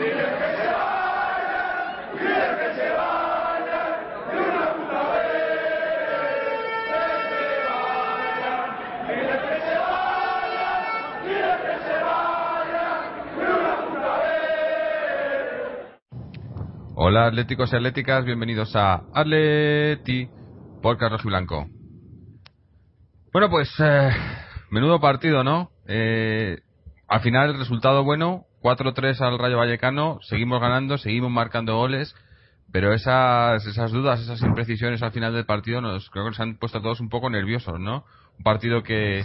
Hola atléticos y atléticas, bienvenidos a Atleti Podcast Rojiblanco. Bueno, pues menudo partido, ¿no? Al final el resultado bueno, 4-3 al Rayo Vallecano, seguimos ganando, seguimos marcando goles, pero esas dudas, esas imprecisiones al final del partido creo que nos han puesto a todos un poco nerviosos, ¿no? Un partido que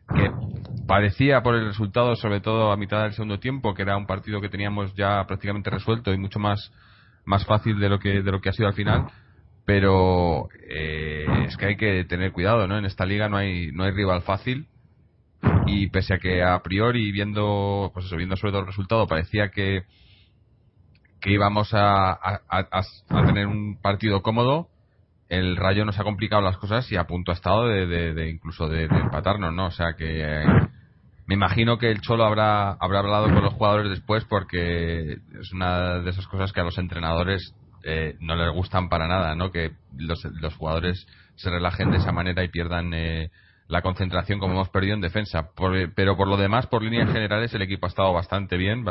parecía por el resultado, sobre todo a mitad del segundo tiempo, que era un partido que teníamos ya prácticamente resuelto y mucho más fácil de lo que ha sido al final, pero es que hay que tener cuidado, ¿no? En esta liga no hay rival fácil, y pese a que a priori viendo sobre todo el resultado parecía que íbamos a tener un partido cómodo, el Rayo nos ha complicado las cosas y a punto ha estado de incluso de empatarnos, ¿no? O sea que me imagino que el Cholo habrá hablado con los jugadores después, porque es una de esas cosas que a los entrenadores no les gustan para nada, ¿no? Que los jugadores se relajen de esa manera y pierdan la concentración como hemos perdido en defensa. Pero por lo demás, por líneas generales, el equipo ha estado bastante bien,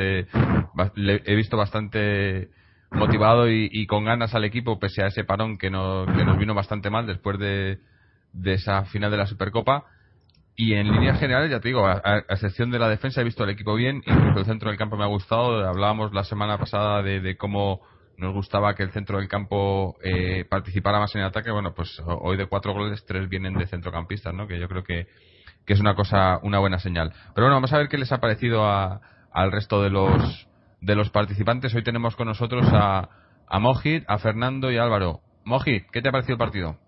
he visto bastante motivado y con ganas al equipo, pese a ese parón que nos vino bastante mal después de esa final de la Supercopa. Y en líneas generales, ya te digo, a excepción de la defensa, he visto al equipo bien, incluso el centro del campo me ha gustado. Hablábamos la semana pasada de cómo nos gustaba que el centro del campo participara más en el ataque. Bueno, pues hoy de 4 goles, 3 vienen de centrocampistas, ¿no? Que yo creo que es una buena señal. Pero bueno, vamos a ver qué les ha parecido al resto de los participantes. Hoy tenemos con nosotros a Mojit, a Fernando y a Álvaro. Mojit, ¿qué te ha parecido el partido?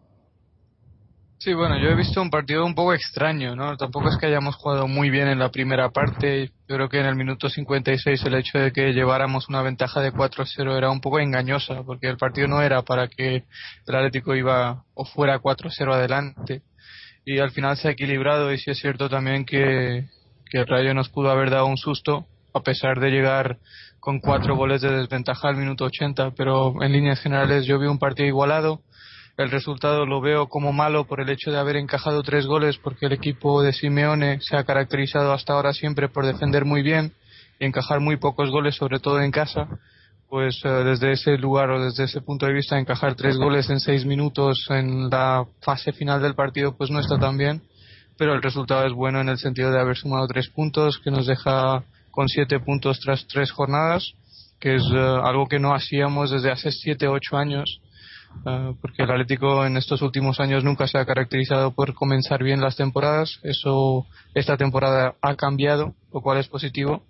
Sí, bueno, yo he visto un partido un poco extraño, ¿no? Tampoco es que hayamos jugado muy bien en la primera parte. Yo creo que en el minuto 56 el hecho de que lleváramos una ventaja de 4-0 era un poco engañosa, porque el partido no era para que el Atlético iba o fuera 4-0 adelante. Y al final se ha equilibrado, y sí es cierto también que el Rayo nos pudo haber dado un susto, a pesar de llegar con 4 goles de desventaja al minuto 80, pero en líneas generales yo vi un partido igualado. El resultado lo veo como malo por el hecho de haber encajado 3 goles, porque el equipo de Simeone se ha caracterizado hasta ahora siempre por defender muy bien y encajar muy pocos goles, sobre todo en casa. Pues desde ese lugar o desde ese punto de vista, encajar 3 goles en 6 minutos en la fase final del partido pues no está tan bien, pero el resultado es bueno en el sentido de haber sumado 3 puntos, que nos deja con 7 puntos tras 3 jornadas, que es algo que no hacíamos desde hace 7-8 años. Porque el Atlético en estos últimos años nunca se ha caracterizado por comenzar bien las temporadas. Eso esta temporada ha cambiado, lo cual es positivo,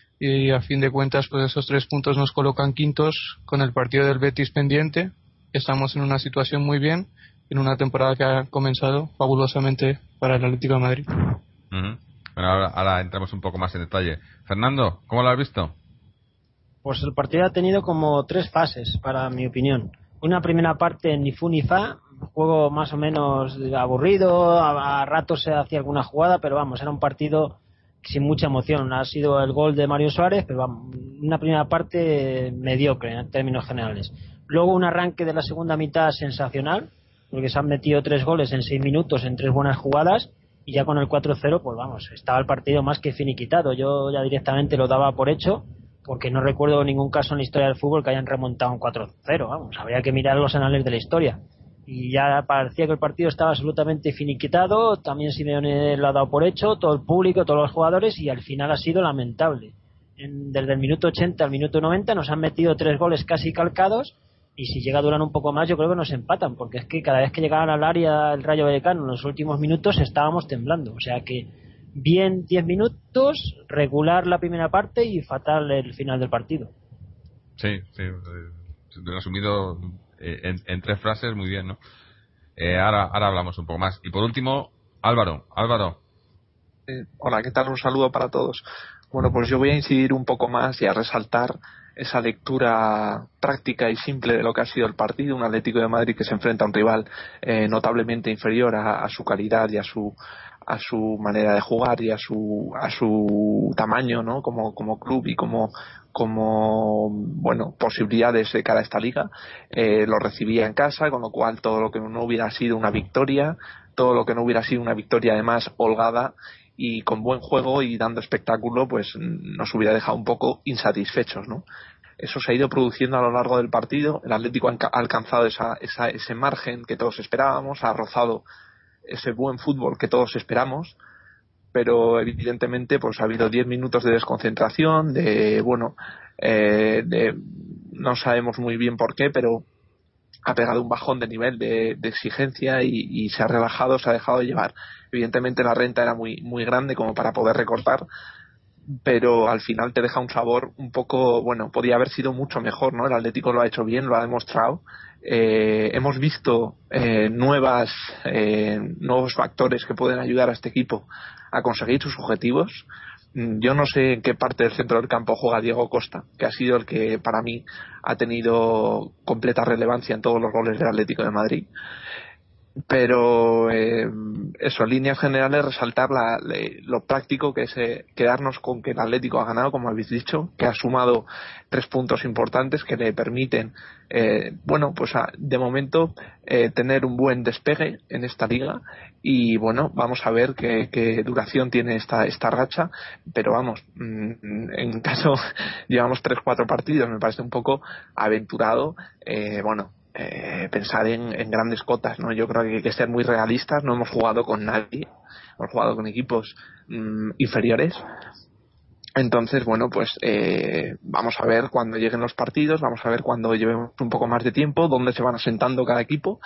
y a fin de cuentas pues esos 3 puntos nos colocan quintos con el partido del Betis pendiente. Estamos en una situación muy bien en una temporada que ha comenzado fabulosamente para el Atlético de Madrid. Uh-huh. Bueno, ahora entramos un poco más en detalle. Fernando, ¿cómo lo has visto? Pues el partido ha tenido como 3 fases, para mi opinión. Una primera parte ni fu ni fa, juego más o menos aburrido, a ratos se hacía alguna jugada, pero vamos, era un partido sin mucha emoción. Ha sido el gol de Mario Suárez, pero vamos, una primera parte mediocre en términos generales. Luego un arranque de la segunda mitad sensacional, porque se han metido 3 goles en 6 minutos en 3 buenas jugadas, y ya con el 4-0, pues vamos, estaba el partido más que finiquitado. Yo ya directamente lo daba por hecho, porque no recuerdo ningún caso en la historia del fútbol que hayan remontado un 4-0, vamos, habría que mirar los anales de la historia. Y ya parecía que el partido estaba absolutamente finiquitado, también Simeone lo ha dado por hecho, todo el público, todos los jugadores, y al final ha sido lamentable. Desde el minuto 80 al minuto 90 nos han metido 3 goles casi calcados, y si llega a durar un poco más yo creo que nos empatan, porque es que cada vez que llegaban al área el Rayo Vallecano en los últimos minutos estábamos temblando, o sea que bien 10 minutos, regular la primera parte y fatal el final del partido. Sí, resumido en 3 frases, muy bien, ¿no? Ahora hablamos un poco más. Y por último, Álvaro. Hola, ¿qué tal? Un saludo para todos. Bueno, pues yo voy a incidir un poco más y a resaltar esa lectura práctica y simple de lo que ha sido el partido. Un Atlético de Madrid que se enfrenta a un rival notablemente inferior a su calidad y a su manera de jugar y a su tamaño, ¿no? Como club y como bueno, posibilidades de cara a esta liga. Lo recibía en casa, con lo cual todo lo que no hubiera sido una victoria, todo lo que no hubiera sido una victoria además holgada y con buen juego y dando espectáculo, pues nos hubiera dejado un poco insatisfechos, ¿no? Eso se ha ido produciendo a lo largo del partido. El Atlético ha alcanzado ese margen que todos esperábamos, ha rozado ese buen fútbol que todos esperamos, pero evidentemente pues ha habido 10 minutos de desconcentración, de no sabemos muy bien por qué, pero ha pegado un bajón de nivel de exigencia y se ha relajado, se ha dejado de llevar. Evidentemente la renta era muy muy grande como para poder recortar, pero al final te deja un sabor un poco, bueno, podía haber sido mucho mejor, ¿no? El Atlético lo ha hecho bien, lo ha demostrado. Hemos visto nuevos factores que pueden ayudar a este equipo a conseguir sus objetivos. Yo no sé en qué parte del centro del campo juega Diego Costa, que ha sido el que para mí ha tenido completa relevancia en todos los goles del Atlético de Madrid. Pero eso, en líneas generales, resaltar lo práctico que es quedarnos con que el Atlético ha ganado, como habéis dicho, que ha sumado 3 puntos importantes que le permiten de momento tener un buen despegue en esta liga. Y bueno, vamos a ver qué duración tiene esta racha, pero vamos, en caso llevamos 3-4 partidos, me parece un poco aventurado pensar en grandes cotas, ¿no? Yo creo que hay que ser muy realistas. No hemos jugado con nadie, hemos jugado con equipos inferiores. Entonces, bueno, pues vamos a ver cuando lleguen los partidos, vamos a ver cuando llevemos un poco más de tiempo, dónde se van asentando cada equipo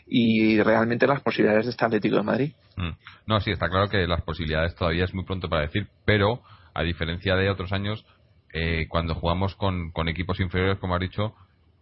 y realmente las posibilidades de este Atlético de Madrid. No, sí, está claro que las posibilidades todavía es muy pronto para decir, pero a diferencia de otros años, cuando jugamos con equipos inferiores, como has dicho,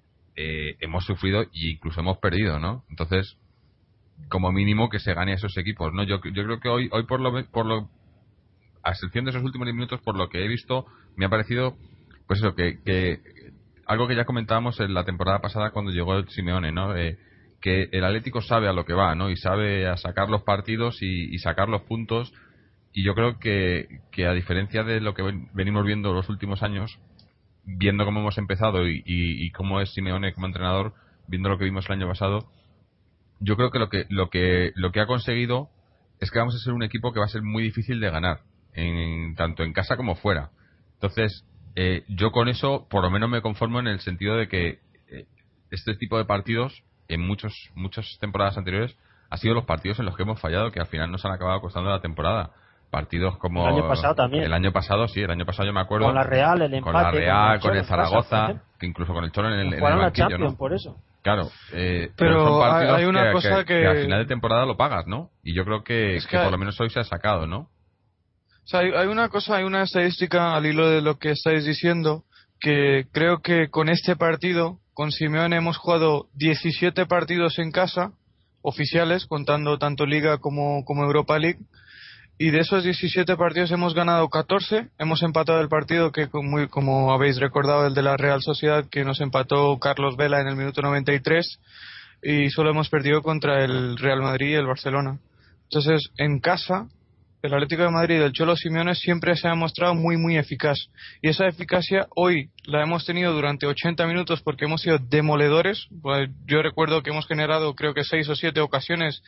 hemos sufrido e incluso hemos perdido, ¿no? Entonces, como mínimo que se gane a esos equipos, ¿no? Yo creo que hoy por lo a excepción de esos últimos 10 minutos, por lo que he visto, me ha parecido, pues eso, que algo que ya comentábamos en la temporada pasada cuando llegó el Simeone, ¿no? Que el Atlético sabe a lo que va, ¿no? Y sabe a sacar los partidos y sacar los puntos. Y yo creo que a diferencia de lo que venimos viendo los últimos años, viendo cómo hemos empezado y cómo es Simeone como entrenador, viendo lo que vimos el año pasado, yo creo que lo que ha conseguido es que vamos a ser un equipo que va a ser muy difícil de ganar, tanto en casa como fuera. Entonces, yo con eso por lo menos me conformo en el sentido de que este tipo de partidos en muchas temporadas anteriores ha sido los partidos en los que hemos fallado, que al final nos han acabado costando la temporada. Partidos como el año pasado también. El año pasado yo me acuerdo. Con la Real, el empate. Con la Real, con el Zaragoza, que incluso con el Cholo en el banquillo, ¿no? Por eso. Claro, pero son partidos hay una cosa que al final de temporada lo pagas, ¿no? Y yo creo que por lo menos hoy se ha sacado, ¿no? O sea, hay una estadística al hilo de lo que estáis diciendo, que creo que con este partido, con Simeone, hemos jugado 17 partidos en casa, oficiales, contando tanto Liga como Europa League. Y de esos 17 partidos hemos ganado 14, hemos empatado el partido que, como habéis recordado, el de la Real Sociedad, que nos empató Carlos Vela en el minuto 93, y solo hemos perdido contra el Real Madrid y el Barcelona. Entonces, en casa, el Atlético de Madrid del Cholo Simeone siempre se ha mostrado muy muy eficaz, y esa eficacia hoy la hemos tenido durante 80 minutos porque hemos sido demoledores. Pues yo recuerdo que hemos generado creo que 6 o 7 ocasiones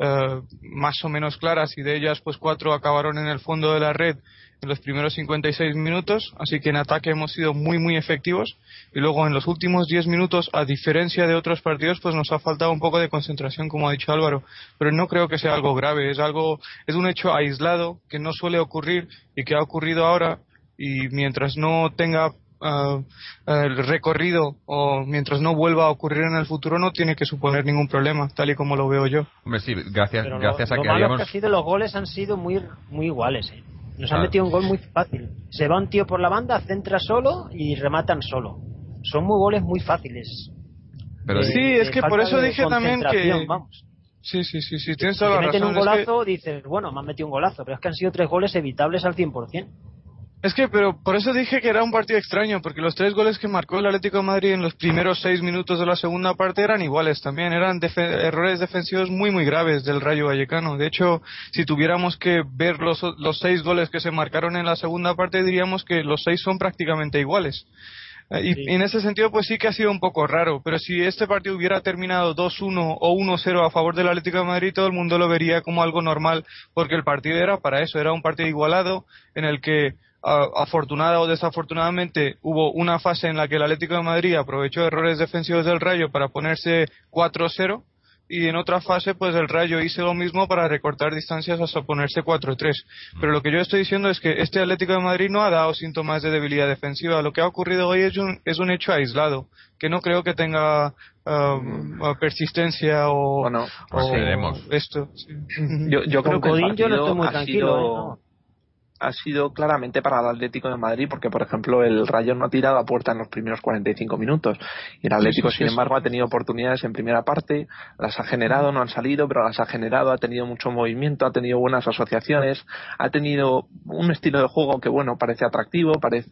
más o menos claras, y de ellas pues 4 acabaron en el fondo de la red en los primeros 56 minutos, así que en ataque hemos sido muy muy efectivos, y luego en los últimos 10 minutos, a diferencia de otros partidos, pues nos ha faltado un poco de concentración, como ha dicho Álvaro, pero no creo que sea algo grave, es un hecho aislado que no suele ocurrir y que ha ocurrido ahora, y mientras no tenga el recorrido o mientras no vuelva a ocurrir en el futuro, no tiene que suponer ningún problema, tal y como lo veo yo. Hombre, sí, gracias a lo que malo habíamos... es que ha sido, los goles han sido muy iguales, Nos han Claro. metido un gol muy fácil. Se va un tío por la banda, centra solo y rematan solo. Son muy goles muy fáciles. Pero sí, es que por eso de dije también que... Vamos. Sí, tienes Si toda te la meten razón. un golazo, dices, bueno, me han metido un golazo, pero es que han sido 3 goles evitables al 100%. Es que, pero por eso dije que era un partido extraño, porque los 3 goles que marcó el Atlético de Madrid en los primeros 6 minutos de la segunda parte eran iguales también, eran errores defensivos muy muy graves del Rayo Vallecano. De hecho, si tuviéramos que ver los 6 goles que se marcaron en la segunda parte, diríamos que los 6 son prácticamente iguales. Y en ese sentido, pues sí que ha sido un poco raro, pero si este partido hubiera terminado 2-1 o 1-0 a favor del Atlético de Madrid, todo el mundo lo vería como algo normal, porque el partido era para eso, era un partido igualado en el que afortunada o desafortunadamente hubo una fase en la que el Atlético de Madrid aprovechó errores defensivos del Rayo para ponerse 4-0 y en otra fase pues el Rayo hizo lo mismo para recortar distancias hasta ponerse 4-3. Pero lo que yo estoy diciendo es que este Atlético de Madrid no ha dado síntomas de debilidad defensiva. Lo que ha ocurrido hoy es un hecho aislado, que no creo que tenga persistencia o, bueno, o veremos esto. Sí. Yo creo que el Godín yo no partido estoy muy tranquilo, no. Ha sido claramente para el Atlético de Madrid porque, por ejemplo, el Rayo no ha tirado a puerta en los primeros 45 minutos y el Atlético, sin embargo, ha tenido oportunidades en primera parte, las ha generado, no han salido, pero las ha generado, ha tenido mucho movimiento, ha tenido buenas asociaciones, ha tenido un estilo de juego que, bueno, parece atractivo,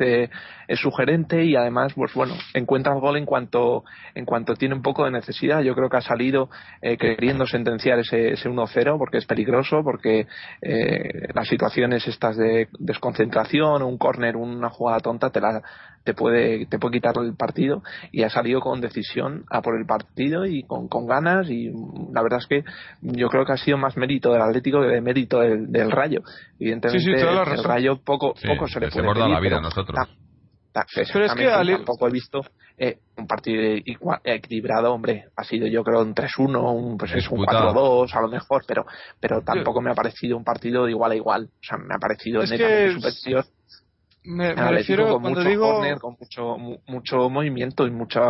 es sugerente y además, pues bueno, encuentra el gol en cuanto tiene un poco de necesidad. Yo creo que ha salido queriendo sentenciar ese 1-0 porque es peligroso, porque las situaciones estas de desconcentración o un córner, una jugada tonta te puede quitar el partido, y ha salido con decisión a por el partido y con ganas, y la verdad es que yo creo que ha sido más mérito del Atlético que de mérito del Rayo. Evidentemente el Rayo poco se le puede pedir, la vida a nosotros. Pero es que tampoco he visto un partido equilibrado, hombre. Ha sido, yo creo, un 3-1, pues es un 4-2 a lo mejor, pero tampoco me ha parecido un partido de igual a igual. O sea, me ha parecido netamente superior. Me refiero con cuando mucho digo córner, con mucho movimiento y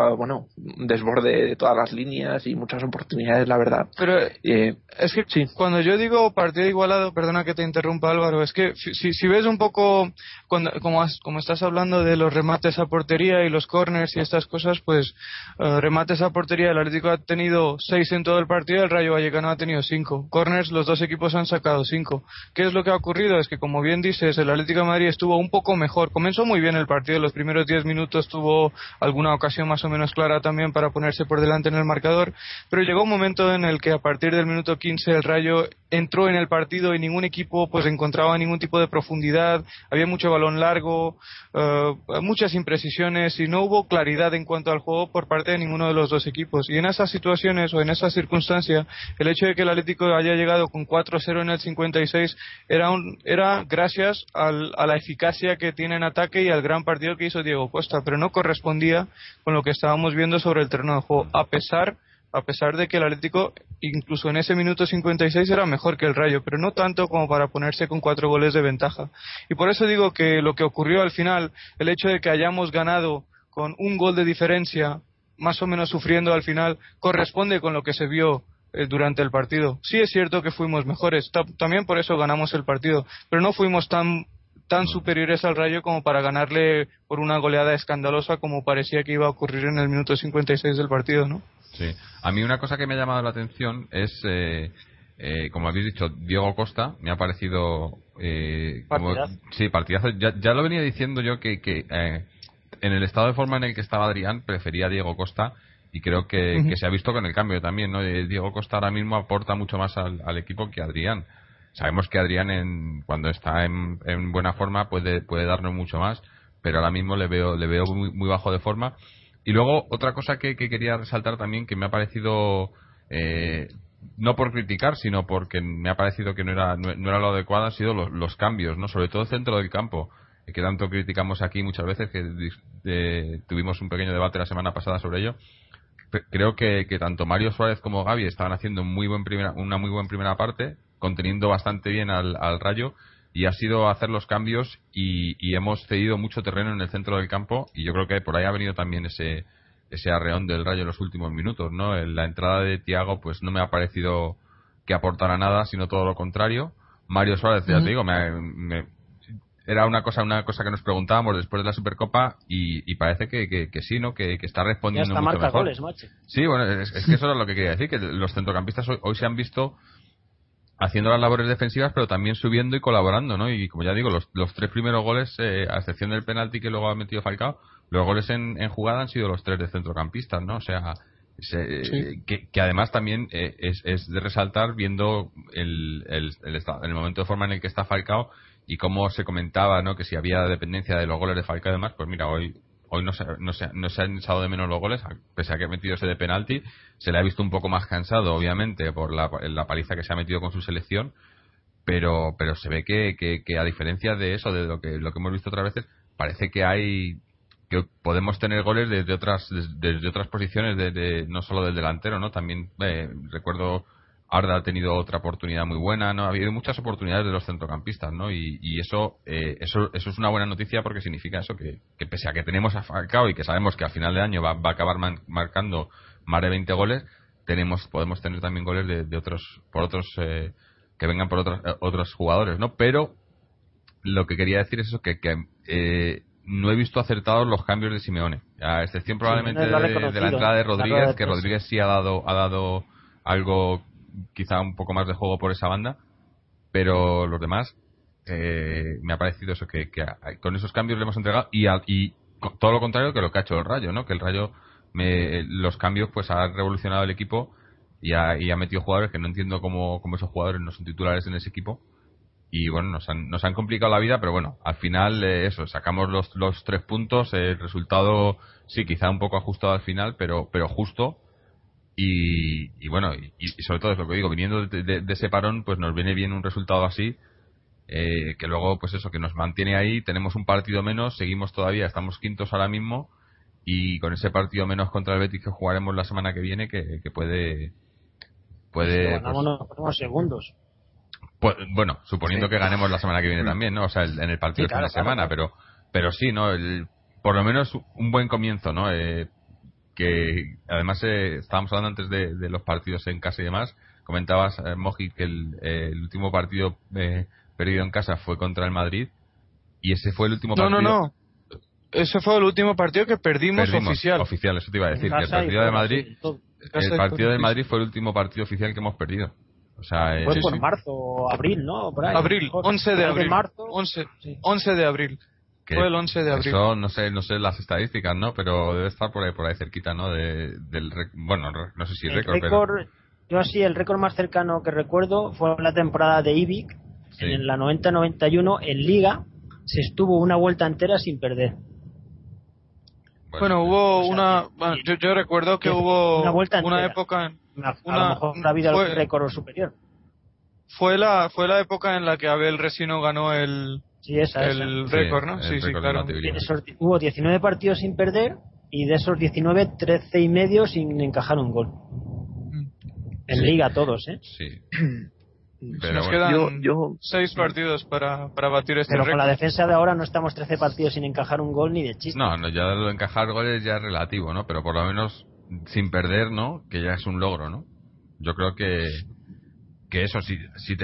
desborde de todas las líneas y muchas oportunidades, la verdad. Pero es que sí, cuando yo digo partido igualado, perdona que te interrumpa, Álvaro, es que si ves un poco como estás hablando de los remates a portería y los corners y estas cosas, pues remates a portería, el Atlético ha tenido 6 en todo el partido, el Rayo Vallecano ha tenido 5. Corners, los dos equipos han sacado 5. ¿Qué es lo que ha ocurrido? Es que, como bien dices, el Atlético de Madrid estuvo un poco mejor. Comenzó muy bien el partido, los primeros 10 minutos tuvo alguna ocasión más o menos clara también para ponerse por delante en el marcador, pero llegó un momento en el que a partir del minuto 15 el Rayo entró en el partido y ningún equipo pues encontraba ningún tipo de profundidad, había mucho balón largo, muchas imprecisiones y no hubo claridad en cuanto al juego por parte de ninguno de los dos equipos. Y en esas situaciones o en esa circunstancia, el hecho de que el Atlético haya llegado con 4-0 en el 56 era gracias a la eficacia que tiene en ataque y al gran partido que hizo Diego Costa, pero no correspondía con lo que estábamos viendo sobre el terreno de juego, a pesar de que el Atlético incluso en ese minuto 56 era mejor que el Rayo, pero no tanto como para ponerse con 4 goles de ventaja. Y por eso digo que lo que ocurrió al final, el hecho de que hayamos ganado con un gol de diferencia, más o menos sufriendo al final, corresponde con lo que se vio durante el partido. Sí es cierto que fuimos mejores, también por eso ganamos el partido, pero no fuimos tan superiores al Rayo como para ganarle por una goleada escandalosa como parecía que iba a ocurrir en el minuto 56 del partido, ¿no? Sí. A mí una cosa que me ha llamado la atención es, como habéis dicho, Diego Costa. Me ha parecido... partidazo. Ya lo venía diciendo yo que en el estado de forma en el que estaba Adrián, prefería a Diego Costa, y creo que se ha visto con el cambio también, ¿no? Diego Costa ahora mismo aporta mucho más al equipo que Adrián. Sabemos que Adrián cuando está en buena forma puede darnos mucho más, pero ahora mismo le veo muy, muy bajo de forma. Y luego otra cosa que quería resaltar también, que me ha parecido, no por criticar, sino porque me ha parecido que no era lo adecuado, han sido los cambios, ¿no? Sobre todo el centro del campo, que tanto criticamos aquí muchas veces, que tuvimos un pequeño debate la semana pasada sobre ello. Creo que tanto Mario Suárez como Gavi estaban haciendo una muy buena primera parte, conteniendo bastante bien al Rayo, y ha sido hacer los cambios y hemos cedido mucho terreno en el centro del campo, y yo creo que por ahí ha venido también ese arreón del Rayo en los últimos minutos, ¿no? La entrada de Thiago pues no me ha parecido que aportara nada, sino todo lo contrario. Mario Suárez, ya te digo, era una cosa que nos preguntábamos después de la Supercopa, y parece que sí, ¿no? Que está respondiendo ya está, mucho marca mejor. Goles, macho. Sí, bueno, es que eso era lo que quería decir, que los centrocampistas hoy se han visto haciendo las labores defensivas, pero también subiendo y colaborando, ¿no? Y como ya digo, los 3 primeros goles, a excepción del penalti que luego ha metido Falcao, los goles en jugada han sido los 3 de centrocampistas, ¿no? O sea, Sí. que además también es de resaltar viendo el momento de forma en el que está Falcao y cómo se comentaba, ¿no? Que si había dependencia de los goles de Falcao y demás, pues mira, hoy no se han echado de menos los goles, pese a que ha metido ese de penalti. Se le ha visto un poco más cansado, obviamente, por la paliza que se ha metido con su selección, pero se ve que a diferencia de eso, de lo que hemos visto otras veces, parece que podemos tener goles desde otras posiciones, no solo del delantero, ¿no? También recuerdo Arda ha tenido otra oportunidad muy buena, ¿no? Ha habido muchas oportunidades de los centrocampistas, ¿no? Y eso es una buena noticia, porque significa eso, que pese a que tenemos a Falcao y que sabemos que al final de año va a acabar marcando más de 20 goles, podemos tener también goles de otros que vengan por otros jugadores, ¿no? Pero lo que quería decir es eso, que no he visto acertados los cambios de Simeone, a excepción probablemente de la entrada de Rodríguez, que Rodríguez sí ha dado algo, quizá un poco más de juego por esa banda, pero los demás me ha parecido eso, que con esos cambios le hemos entregado, y todo lo contrario que lo que ha hecho el Rayo, ¿no? Que el Rayo los cambios pues ha revolucionado el equipo y ha metido jugadores que no entiendo cómo esos jugadores no son titulares en ese equipo. Y bueno, nos han complicado la vida, pero bueno, al final eso, sacamos los 3 puntos, el resultado sí, quizá un poco ajustado al final, pero justo. Y bueno, y sobre todo es lo que digo, viniendo de ese parón, pues nos viene bien un resultado así, que luego pues eso, que nos mantiene ahí. Tenemos un partido menos, seguimos todavía, estamos quintos ahora mismo, y con ese partido menos contra el Betis que jugaremos la semana que viene, que puede nos ponemos segundos. Pues, bueno, suponiendo que ganemos la semana que viene también, ¿no? O sea, en el partido de fin de semana, claro. Pero sí, ¿no? Por lo menos un buen comienzo, ¿no? Que además estábamos hablando antes de los partidos en casa y demás. Comentabas, Moji, que el último partido perdido en casa fue contra el Madrid, y ese fue el último partido. No. Ese fue el último partido que perdimos oficial. Oficial, eso te iba a decir. Que el partido de Madrid, el partido de Madrid fue el último partido oficial que hemos perdido. O sea, fue por marzo o abril, ¿no? Por ahí. Abril, 11 de abril. Marzo, 11 de abril. Fue el 11 de abril. Eso no sé las estadísticas, ¿no? Pero debe estar por ahí cerquita, ¿no? Bueno, no sé si récord, pero... Yo así, el récord más cercano que recuerdo fue la temporada de Ibic, sí. En la 90-91, en Liga, se estuvo una vuelta entera sin perder. Bueno, hubo yo recuerdo que hubo una época... A lo mejor ha habido algún récord superior. Fue la época en la que Abel Resino ganó el récord, ¿no? Sí, claro. Hubo 19 partidos sin perder, y de esos 19, 13 y medio sin encajar un gol. En Liga todos, ¿eh? Sí. Pero nos quedan 6 partidos para batir este récord. Pero con la defensa de ahora no estamos 13 partidos sin encajar un gol ni de chiste. No, ya lo de encajar goles ya es relativo, ¿no? Pero por lo menos sin perder, ¿no? Que ya es un logro, ¿no? Yo creo que eso, si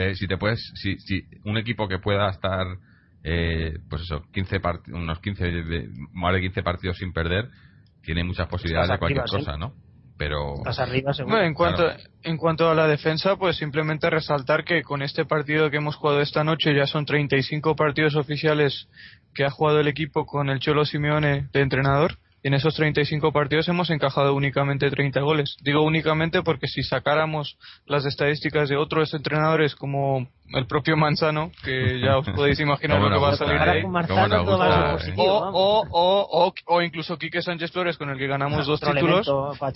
un equipo que pueda estar pues eso, unos 15 más de 15 partidos sin perder, tiene muchas posibilidades de cualquier cosa, ¿no? Pero estás arriba, seguro. Bueno, en cuanto a la defensa, pues simplemente resaltar que con este partido que hemos jugado esta noche ya son 35 partidos oficiales que ha jugado el equipo con el Cholo Simeone de entrenador. Y en esos 35 partidos hemos encajado únicamente 30 goles. Digo únicamente porque si sacáramos las estadísticas de otros entrenadores como el propio Manzano, que ya os podéis imaginar lo que va a salir de ahí, o incluso Quique Sánchez Flores, con el que ganamos 2 títulos,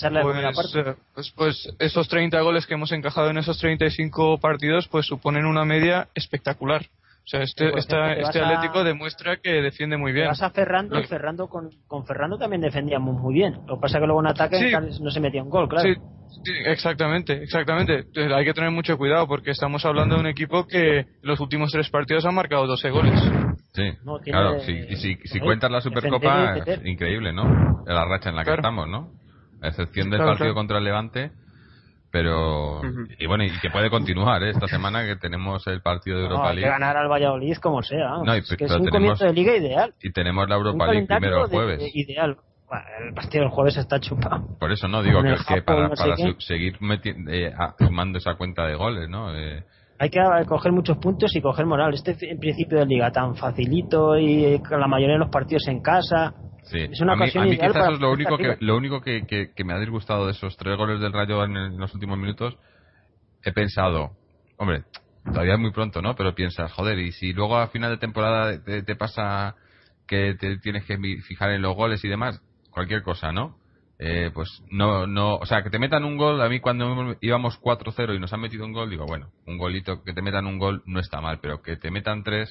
pues esos 30 goles que hemos encajado en esos 35 partidos pues suponen una media espectacular. O sea, este Atlético demuestra que defiende muy bien. Vas a Ferrando, y Ferrando con Ferrando también defendíamos muy bien. Lo que pasa es que luego en ataque no se metía un gol, claro. Sí, exactamente. Hay que tener mucho cuidado porque estamos hablando de un equipo que en los últimos 3 partidos ha marcado 12 goles. Sí, claro. Si cuentas la Supercopa, es increíble, ¿no? La racha en la que estamos, ¿no? A excepción del partido contra el Levante. Pero y bueno, y que puede continuar esta semana, que tenemos el partido de Europa League. Hay que ganar al Valladolid como sea. Que es un comienzo de liga ideal. Y tenemos la Europa League primero el jueves. Ideal. Bueno, el partido del jueves está chupado. Por eso no digo que para seguir sumando esa cuenta de goles, ¿no? Hay que coger muchos puntos y coger moral. En principio de liga tan facilito y con la mayoría de los partidos en casa. Sí. Es una a mí ocasión ideal quizás para eso es lo único que me ha disgustado de esos 3 goles del Rayo en los últimos minutos. He pensado, hombre, todavía es muy pronto, ¿no? Pero piensas, joder, y si luego a final de temporada te pasa que te tienes que fijar en los goles y demás, cualquier cosa, ¿no? Pues no, o sea, que te metan un gol, a mí cuando íbamos 4-0 y nos han metido un gol, digo, bueno, un golito, que te metan un gol no está mal, pero que te metan 3,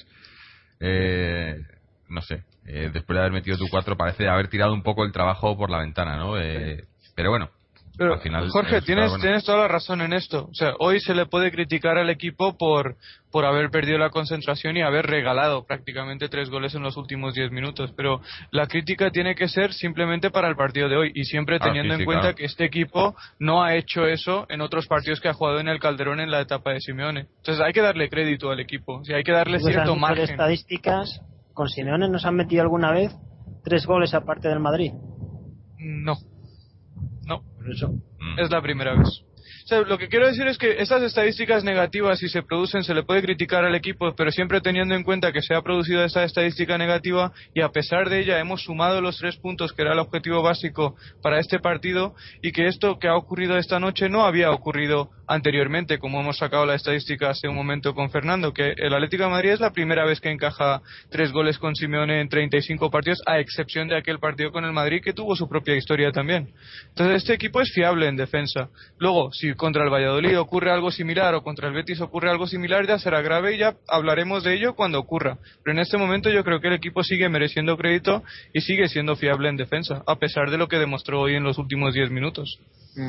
no sé, después de haber metido tu 4 parece haber tirado un poco el trabajo por la ventana, ¿no? Pero bueno. Pero, al final, Jorge, tienes toda la razón en esto. O sea, hoy se le puede criticar al equipo por haber perdido la concentración y haber regalado prácticamente 3 goles en los últimos 10 minutos. Pero la crítica tiene que ser simplemente para el partido de hoy y siempre teniendo en cuenta que este equipo no ha hecho eso en otros partidos que ha jugado en el Calderón en la etapa de Simeone. Entonces hay que darle crédito al equipo. O sea, hay que darle cierto margen. Estadísticas, ¿con Simeone nos han metido alguna vez 3 goles aparte del Madrid? No. Por eso. Es la primera vez. O sea, lo que quiero decir es que estas estadísticas negativas, si se producen, se le puede criticar al equipo, pero siempre teniendo en cuenta que se ha producido esa estadística negativa y a pesar de ella hemos sumado los 3 puntos que era el objetivo básico para este partido y que esto que ha ocurrido esta noche no había ocurrido anteriormente, como hemos sacado la estadística hace un momento con Fernando, que el Atlético de Madrid es la primera vez que encaja 3 goles con Simeone en 35 partidos, a excepción de aquel partido con el Madrid que tuvo su propia historia también. Entonces este equipo es fiable en defensa. Luego, si contra el Valladolid ocurre algo similar o contra el Betis ocurre algo similar, ya será grave y ya hablaremos de ello cuando ocurra. Pero en este momento yo creo que el equipo sigue mereciendo crédito y sigue siendo fiable en defensa, a pesar de lo que demostró hoy en los últimos 10 minutos.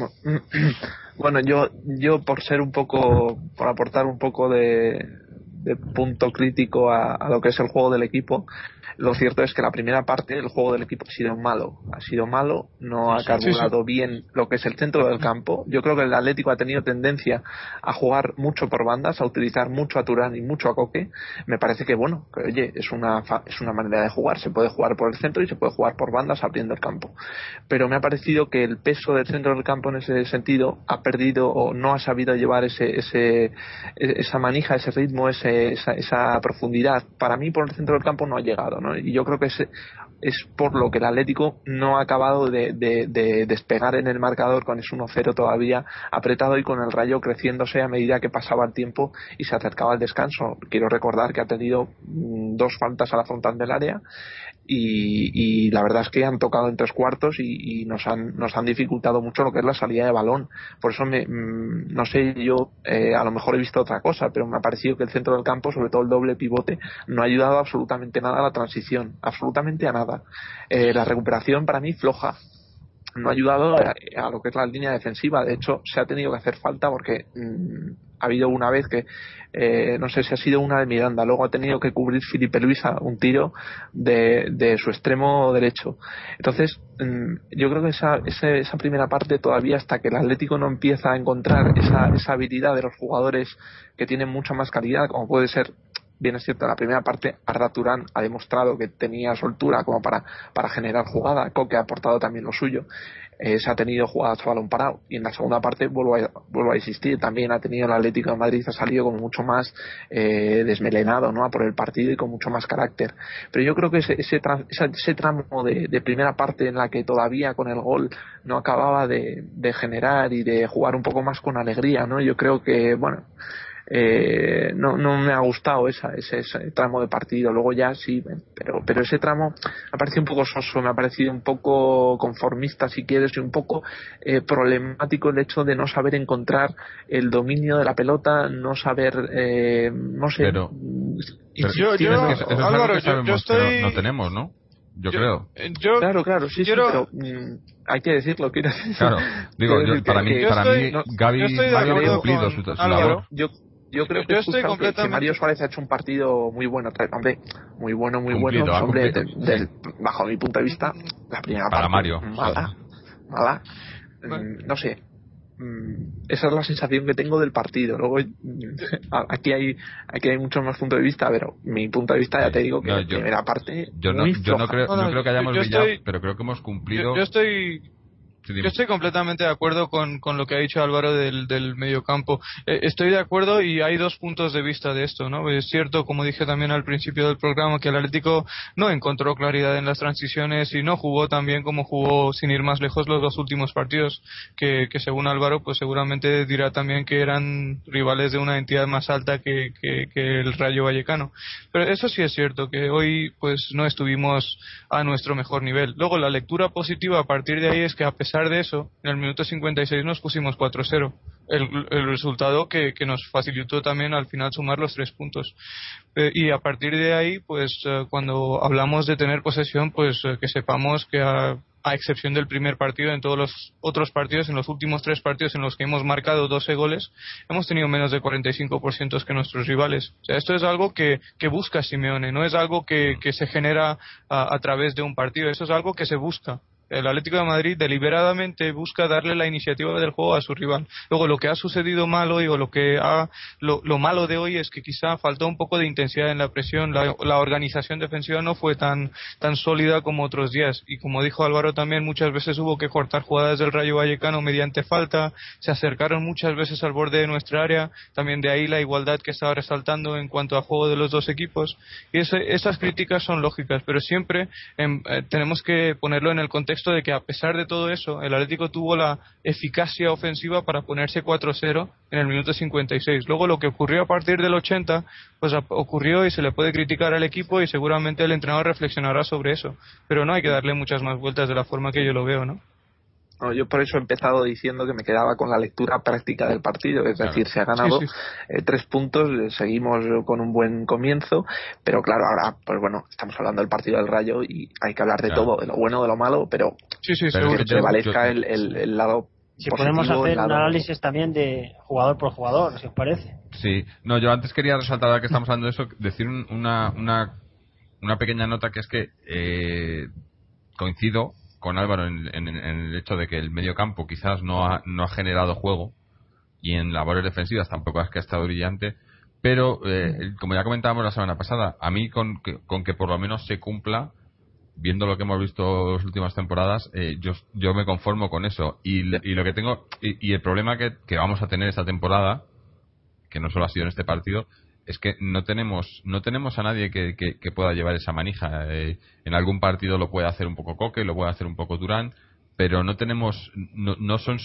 Bueno, yo por aportar un poco de punto crítico a lo que es el juego del equipo, lo cierto es que la primera parte el juego del equipo ha sido malo, no ha carburado bien lo que es el centro del campo. Yo creo que el Atlético ha tenido tendencia a jugar mucho por bandas, a utilizar mucho a Turán y mucho a Coque. Me parece que oye, es una manera de jugar, se puede jugar por el centro y se puede jugar por bandas abriendo el campo, pero me ha parecido que el peso del centro del campo en ese sentido ha perdido o no ha sabido llevar esa manija, ese ritmo, esa profundidad. Para mí por el centro del campo no ha llegado, ¿no? Y yo creo que es por lo que el Atlético no ha acabado de despegar en el marcador con ese 1-0 todavía apretado y con el Rayo creciéndose a medida que pasaba el tiempo y se acercaba el descanso. Quiero recordar que ha tenido 2 faltas a la frontal del área y la verdad es que han tocado en 3 cuartos y nos han dificultado mucho lo que es la salida de balón. Por eso no sé, yo a lo mejor he visto otra cosa, pero me ha parecido que el centro del campo, sobre todo el doble pivote, no ha ayudado absolutamente nada a la transición, absolutamente a nada. La recuperación para mí floja, no ha ayudado a lo que es la línea defensiva. De hecho se ha tenido que hacer falta porque ha habido una vez que no sé si ha sido una de Miranda, luego ha tenido que cubrir Filipe Luisa un tiro de su extremo derecho. Entonces yo creo que esa primera parte todavía, hasta que el Atlético no empieza a encontrar esa habilidad de los jugadores que tienen mucha más calidad, como puede ser, bien es cierto, en la primera parte Arda Turán ha demostrado que tenía soltura como para generar jugada. Coque ha aportado también lo suyo, se ha tenido jugadas a balón parado, y en la segunda parte vuelvo a insistir, también ha tenido el Atlético de Madrid, ha salido como mucho más desmelenado, ¿no?, a por el partido y con mucho más carácter. Pero yo creo que ese tramo de primera parte en la que todavía con el gol no acababa de generar y de jugar un poco más con alegría, ¿no? Yo creo que no me ha gustado ese tramo de partido. Luego ya sí, pero ese tramo me ha parecido un poco soso, me ha parecido un poco conformista, si quieres, y un poco problemático el hecho de no saber encontrar el dominio de la pelota, no saber, no sé. Pero Álvaro, yo estoy... no tenemos, ¿no? Yo creo. Claro, sí, pero hay que decirlo, quiero decir. Claro, digo, para mí Gavi ha cumplido su labor. Yo creo que Mario Suárez ha hecho un partido muy bueno, hombre, muy bueno, hombre, bajo mi punto de vista, la primera para parte Mario, mala. No sé, esa es la sensación que tengo del partido. Luego aquí hay muchos más puntos de vista, pero mi punto de vista, ya te digo que la primera parte yo no creo que hayamos brillado, pero creo que hemos cumplido. Yo estoy Yo estoy completamente de acuerdo con lo que ha dicho Álvaro del mediocampo. Estoy de acuerdo y hay dos puntos de vista de esto, ¿no? Es cierto, como dije también al principio del programa, que el Atlético no encontró claridad en las transiciones y no jugó tan bien como jugó, sin ir más lejos, los dos últimos partidos, que según Álvaro, pues seguramente dirá también que eran rivales de una entidad más alta que el Rayo Vallecano. Pero eso sí es cierto, que hoy pues no estuvimos a nuestro mejor nivel. Luego, la lectura positiva a partir de ahí es que, a pesar de eso, en el minuto 56 nos pusimos 4-0. El resultado que nos facilitó también al final sumar los 3 puntos. Y a partir de ahí, pues cuando hablamos de tener posesión, pues que sepamos que a excepción del primer partido, en todos los otros partidos, en los últimos 3 partidos en los que hemos marcado 12 goles, hemos tenido menos de 45% que nuestros rivales. O sea, esto es algo que busca Simeone, no es algo que se genera a través de un partido, eso es algo que se busca. El Atlético de Madrid deliberadamente busca darle la iniciativa del juego a su rival. Luego, lo que ha sucedido mal hoy, o lo malo de hoy, es que quizá faltó un poco de intensidad en la presión. La organización defensiva no fue tan sólida como otros días, y como dijo Álvaro también, muchas veces hubo que cortar jugadas del Rayo Vallecano mediante falta. Se acercaron muchas veces al borde de nuestra área, también de ahí la igualdad que estaba resaltando en cuanto a juego de los dos equipos. Y esas críticas son lógicas, pero siempre tenemos que ponerlo en el contexto de que, a pesar de todo eso, el Atlético tuvo la eficacia ofensiva para ponerse 4-0 en el minuto 56. Luego, lo que ocurrió a partir del 80, pues ocurrió, y se le puede criticar al equipo, y seguramente el entrenador reflexionará sobre eso, pero no hay que darle muchas más vueltas de la forma que yo lo veo, ¿no? No, yo por eso he empezado diciendo que me quedaba con la lectura práctica del partido, es decir, se ha ganado 3 puntos, seguimos con un buen comienzo, pero claro, ahora pues bueno, estamos hablando del partido del Rayo y hay que hablar de todo, de lo bueno, de lo malo, pero que prevalezca el lado si positivo. Podemos hacer un análisis también de jugador por jugador, si os parece. Sí, no, yo antes quería resaltar, ahora que estamos hablando de eso, decir una pequeña nota, que es que coincido con Álvaro en el hecho de que el medio campo quizás no ha generado juego, y en labores defensivas tampoco es que ha estado brillante, pero como ya comentábamos la semana pasada, a mí con que por lo menos se cumpla, viendo lo que hemos visto las últimas temporadas, yo me conformo con eso. Y lo que tengo y el problema que vamos a tener esta temporada, que no solo ha sido en este partido, es que no tenemos a nadie que pueda llevar esa manija. En algún partido lo puede hacer un poco Coque, lo puede hacer un poco Durán, pero no son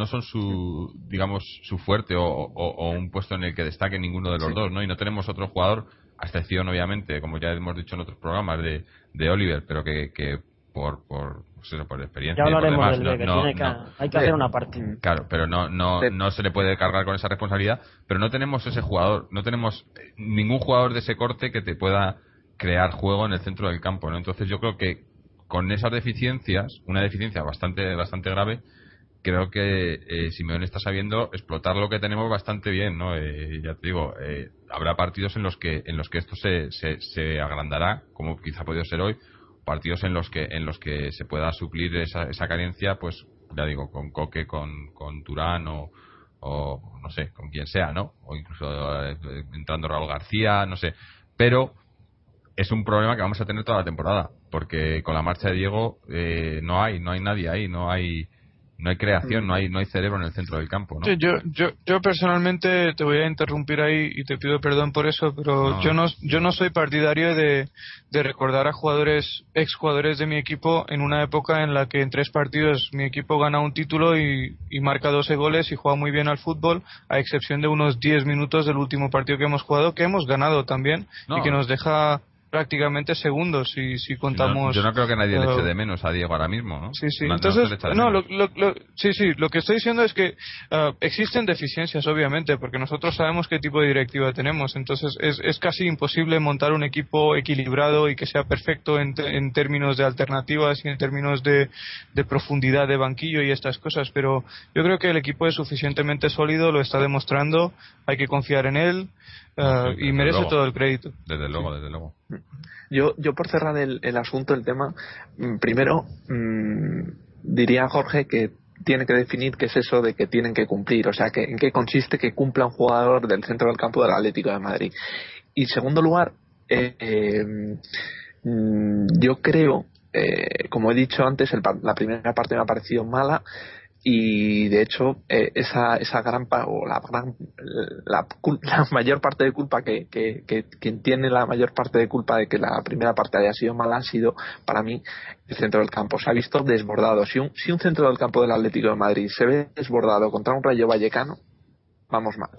su, digamos, su fuerte o un puesto en el que destaque ninguno de los dos, ¿no? Y no tenemos otro jugador, a excepción obviamente, como ya hemos dicho en otros programas, de Oliver, pero que por experiencia, ya hablaremos y por demás, hay que hacer una parte. Claro, pero no se le puede cargar con esa responsabilidad, pero no tenemos ese jugador, no tenemos ningún jugador de ese corte que te pueda crear juego en el centro del campo, ¿no? Entonces yo creo que con esas deficiencias, una deficiencia bastante grave, creo que Simeone está sabiendo explotar lo que tenemos bastante bien, ¿no? Ya te digo, habrá partidos en los que esto se agrandará, como quizá ha podido ser hoy, partidos en los que se pueda suplir esa carencia, pues ya digo, con Coque, con Turán o no sé, con quien sea, ¿no? O incluso entrando Raúl García, no sé. Pero es un problema que vamos a tener toda la temporada, porque con la marcha de Diego no hay nadie ahí, no hay creación, no hay cerebro en el centro del campo, ¿no? Sí, yo personalmente te voy a interrumpir ahí y te pido perdón por eso, pero yo no soy partidario de recordar a exjugadores de mi equipo en una época en la que en 3 partidos mi equipo gana un título y marca 12 goles y juega muy bien al fútbol, a excepción de unos 10 minutos del último partido que hemos jugado, que hemos ganado también, y que nos deja prácticamente segundos si contamos. Yo no creo que nadie le eche de menos a Diego ahora mismo, ¿no? Sí. Entonces, lo que estoy diciendo es que existen deficiencias, obviamente, porque nosotros sabemos qué tipo de directiva tenemos. Entonces es casi imposible montar un equipo equilibrado y que sea perfecto en términos de alternativas y en términos de profundidad de banquillo y estas cosas, pero yo creo que el equipo es suficientemente sólido, lo está demostrando, hay que confiar en él. Y merece todo el crédito. Desde luego. Yo por cerrar el asunto, el tema, primero diría a Jorge que tiene que definir qué es eso de que tienen que cumplir, o sea, que en qué consiste que cumpla un jugador del centro del campo del Atlético de Madrid. Y en segundo lugar, yo creo como he dicho antes, la primera parte me ha parecido mala, y de hecho esa gran la mayor parte de culpa que quien tiene la mayor parte de culpa de que la primera parte haya sido mala ha sido para mí el centro del campo. Se ha visto desbordado. Si un centro del campo del Atlético de Madrid se ve desbordado contra un Rayo Vallecano, vamos mal.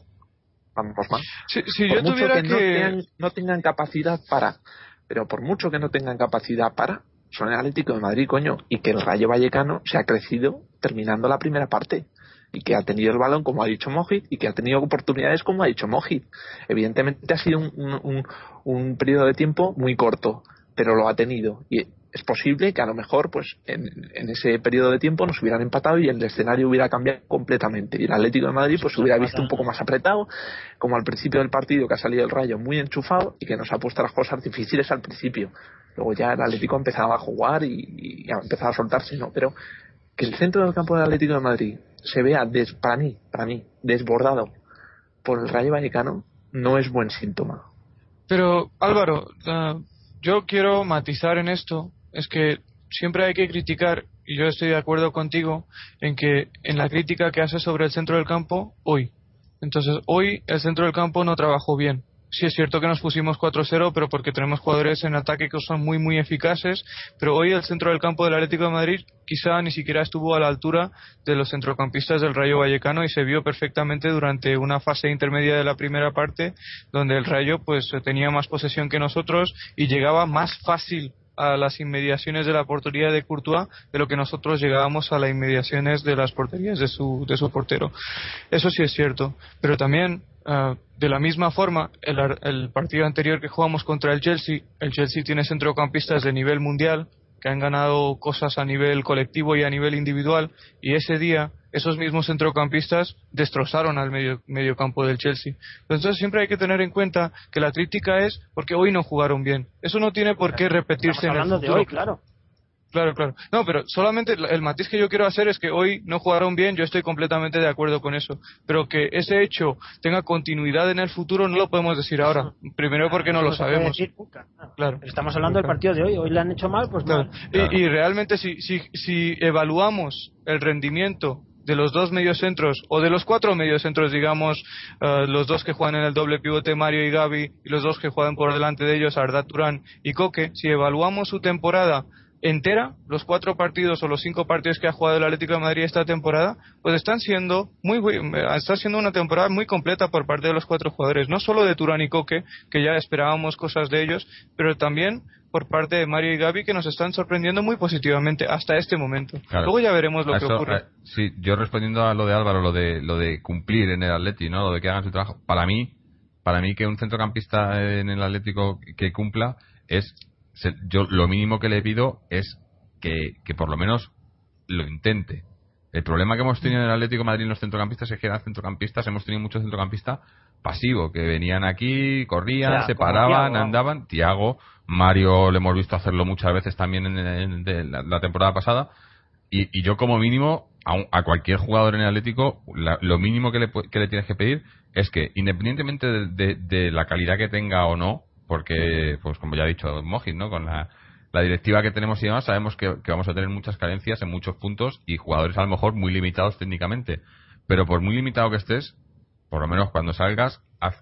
Si por yo mucho tuviera que no tengan capacidad pero por mucho que no tengan capacidad son el Atlético de Madrid, coño, y que el Rayo Vallecano se ha crecido terminando la primera parte, y que ha tenido el balón como ha dicho Mojit, y que ha tenido oportunidades como ha dicho Mojit. Evidentemente ha sido un periodo de tiempo muy corto, pero lo ha tenido, y es posible que a lo mejor pues en ese periodo de tiempo nos hubieran empatado y el escenario hubiera cambiado completamente, y el Atlético de Madrid pues hubiera visto un poco más apretado, como al principio del partido, que ha salido el Rayo muy enchufado y que nos ha puesto las cosas difíciles al principio. Luego ya el Atlético empezaba a jugar y ha empezado a soltarse, ¿no? Pero que el centro del campo del Atlético de Madrid se vea para mí desbordado por el Rayo Vallecano no es buen síntoma. Pero Álvaro, yo quiero matizar en esto, es que siempre hay que criticar, y yo estoy de acuerdo contigo en que en la crítica que haces sobre el centro del campo hoy el centro del campo no trabajó bien. Sí es cierto que nos pusimos 4-0, pero porque tenemos jugadores en ataque que son muy muy eficaces, pero hoy el centro del campo del Atlético de Madrid quizá ni siquiera estuvo a la altura de los centrocampistas del Rayo Vallecano, y se vio perfectamente durante una fase intermedia de la primera parte donde el Rayo pues tenía más posesión que nosotros y llegaba más fácil a las inmediaciones de la portería de Courtois de lo que nosotros llegábamos a las inmediaciones de las porterías de su portero. Eso sí es cierto, pero también de la misma forma el partido anterior que jugamos contra el Chelsea tiene centrocampistas de nivel mundial que han ganado cosas a nivel colectivo y a nivel individual, y ese día esos mismos centrocampistas destrozaron al medio campo del Chelsea. Entonces siempre hay que tener en cuenta que la crítica es porque hoy no jugaron bien. Eso no tiene por qué repetirse en el futuro. Estamos hablando de hoy, claro. Claro. No, pero solamente el matiz que yo quiero hacer es que hoy no jugaron bien, yo estoy completamente de acuerdo con eso. Pero que ese hecho tenga continuidad en el futuro no lo podemos decir ahora. Primero porque no lo sabemos. Claro. Estamos hablando del partido de hoy. Hoy le han hecho mal, pues claro. Mal. Y realmente si evaluamos el rendimiento de los dos mediocentros, o de los cuatro mediocentros, digamos, los dos que juegan en el doble pivote, Mario y Gavi, y los dos que juegan por delante de ellos, Arda Turán y Coque, si evaluamos su temporada entera, los 4 partidos o los 5 partidos que ha jugado el Atlético de Madrid esta temporada, pues está siendo una temporada muy completa por parte de los 4 jugadores, no solo de Turán y Coque, que ya esperábamos cosas de ellos, pero también por parte de Mario y Gavi, que nos están sorprendiendo muy positivamente hasta este momento. Claro. Luego ya veremos lo que ocurre. Sí, yo respondiendo a lo de Álvaro, lo de cumplir en el Atleti, ¿no? Lo de que hagan su trabajo. Para mí que un centrocampista en el Atlético que cumpla es... Yo lo mínimo que le pido es que por lo menos lo intente. El problema que hemos tenido en el Atlético de Madrid en los centrocampistas es que eran centrocampistas, hemos tenido muchos centrocampistas pasivos, que venían aquí, corrían, se paraban, andaban. Thiago, Mario le hemos visto hacerlo muchas veces también en la temporada pasada, y yo como mínimo a cualquier jugador en el Atlético lo mínimo que le tienes que pedir es que, independientemente de la calidad que tenga o no, porque, pues como ya ha dicho Mojit, ¿no? Con la directiva que tenemos y demás, sabemos que vamos a tener muchas carencias en muchos puntos y jugadores a lo mejor muy limitados técnicamente. Pero por muy limitado que estés, por lo menos cuando salgas,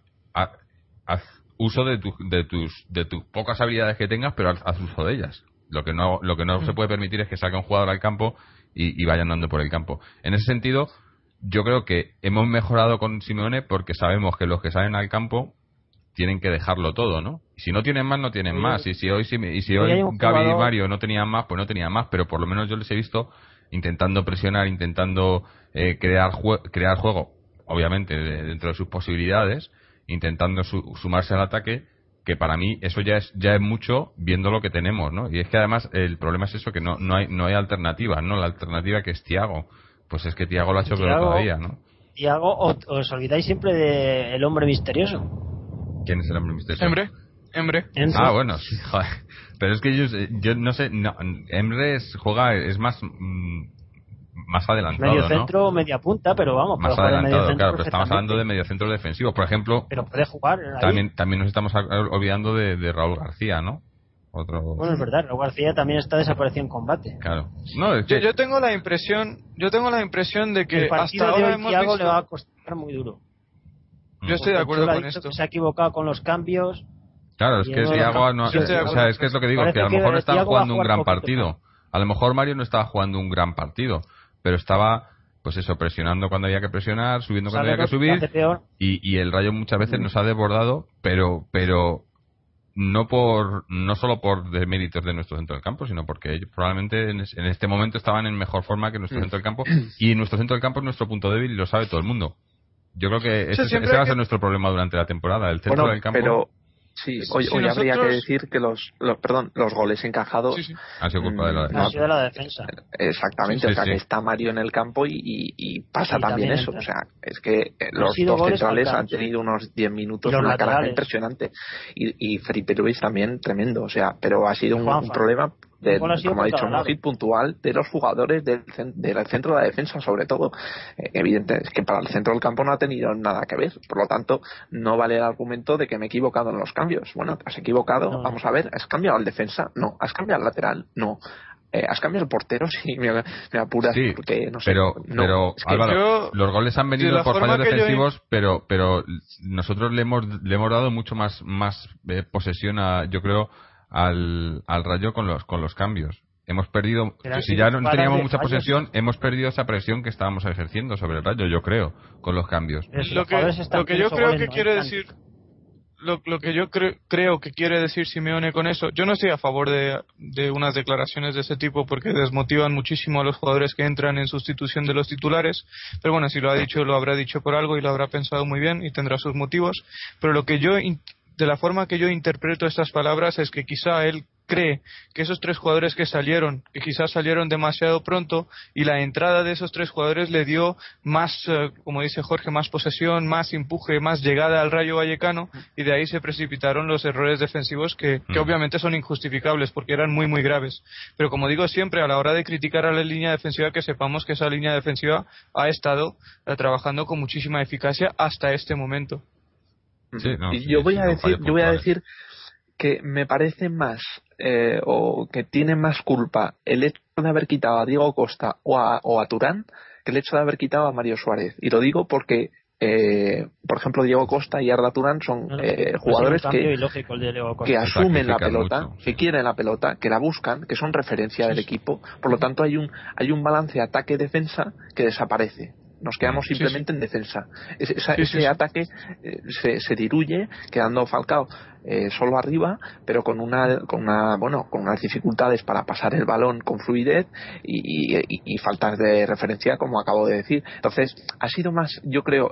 haz uso de tus pocas habilidades que tengas, pero haz uso de ellas. Lo que no se puede permitir es que salga un jugador al campo y vaya andando por el campo. En ese sentido, yo creo que hemos mejorado con Simeone porque sabemos que los que salen al campo tienen que dejarlo todo, ¿no? Y si no tienen más, no tienen más. Y si hoy Gavi y Mario no tenían más, pues no tenían más. Pero por lo menos yo les he visto intentando presionar, intentando crear juego, obviamente dentro de sus posibilidades, intentando sumarse al ataque, que para mí eso ya es mucho viendo lo que tenemos, ¿no? Y es que además el problema es eso, que no hay alternativa, ¿no? La alternativa que es Thiago, pues es que Thiago lo ha hecho peor todavía, ¿no? Thiago, os olvidáis siempre del hombre misterioso. ¿Quién es el hombre misterioso? Emre. Ah, bueno, sí, joder. Pero es que yo no sé, Emre es más adelantado, medio centro, ¿no? Media punta, pero vamos, más adelantado, claro, pero estamos hablando de mediocentro defensivo, por ejemplo. Pero puede jugar también nos estamos olvidando de Raúl García, ¿no? Bueno, es verdad, Raúl García también está desaparecido en combate. Claro. No, es que... yo tengo la impresión de que el partido hasta de ahora hoy hemos Thiago visto... le va a costar muy duro. Yo estoy de acuerdo Cholo ha con dicho esto. que se ha equivocado con los cambios. Claro, es que Thiago no, Yo estoy de acuerdo. es que es lo que digo, Parece que a lo que mejor no estaba Thiago va a jugando un jugar gran poquito, partido. ¿no? A lo mejor Mario no estaba jugando un gran partido, pero estaba, pues eso, presionando cuando había que presionar, subiendo cuando había que subir, y el Rayo muchas veces nos ha desbordado, pero no solo por deméritos de nuestro centro del campo, sino porque ellos probablemente en este momento estaban en mejor forma que nuestro centro del campo, y nuestro centro del campo es nuestro punto débil y lo sabe todo el mundo. Yo creo que ese va a ser nuestro problema durante la temporada, el centro del campo. Pero sí, hoy habría que decir que los goles encajados han sido culpa de la defensa. Ha sido de la defensa. Exactamente, o sea que está Mario en el campo y pasa también eso. O sea, es que los dos centrales han tenido unos 10 minutos una carga impresionante. Y Felipe Luis también tremendo, o sea, pero ha sido un problema como ha dicho Mojit, puntual de los jugadores del centro de la defensa, sobre todo. Evidente es que para el centro del campo no ha tenido nada que ver, por lo tanto no vale el argumento de que me he equivocado en los cambios. Bueno, te has equivocado, vamos a ver, ¿has cambiado al defensa? No. ¿Has cambiado al lateral? No. ¿Has cambiado el portero? Sí, me apuras, sí, porque no sé. Pero es que Álvaro, los goles han venido por fallos defensivos, pero nosotros le hemos dado mucho más posesión yo creo al Rayo con los cambios. Hemos perdido, si ya no teníamos mucha posesión, hemos perdido esa presión que estábamos ejerciendo sobre el Rayo, yo creo, con los cambios. Lo que yo creo que quiere decir, lo que yo creo que quiere decir Simeone con eso, yo no estoy a favor de unas declaraciones de ese tipo porque desmotivan muchísimo a los jugadores que entran en sustitución de los titulares, pero bueno, si lo ha dicho, lo habrá dicho por algo y lo habrá pensado muy bien y tendrá sus motivos, pero de la forma que yo interpreto estas palabras es que quizá él cree que esos tres jugadores que quizás salieron demasiado pronto, y la entrada de esos tres jugadores le dio más, como dice Jorge, más posesión, más empuje, más llegada al Rayo Vallecano, y de ahí se precipitaron los errores defensivos que obviamente son injustificables porque eran muy muy graves. Pero como digo siempre, a la hora de criticar a la línea defensiva, que sepamos que esa línea defensiva ha estado trabajando con muchísima eficacia hasta este momento. Yo voy a decir que me parece más o que tiene más culpa el hecho de haber quitado a Diego Costa o a Turán que el hecho de haber quitado a Mario Suárez. Y lo digo porque por ejemplo, Diego Costa y Arda Turán son jugadores que asumen la pelota, mucho, que quieren la pelota, que la buscan, que son referencia del equipo. Por lo tanto, hay un balance ataque-defensa que desaparece. Nos quedamos simplemente en defensa. Ese ataque se diluye, quedando Falcao solo arriba, pero con unas dificultades para pasar el balón con fluidez y faltas de referencia, como acabo de decir. Entonces, ha sido más, yo creo,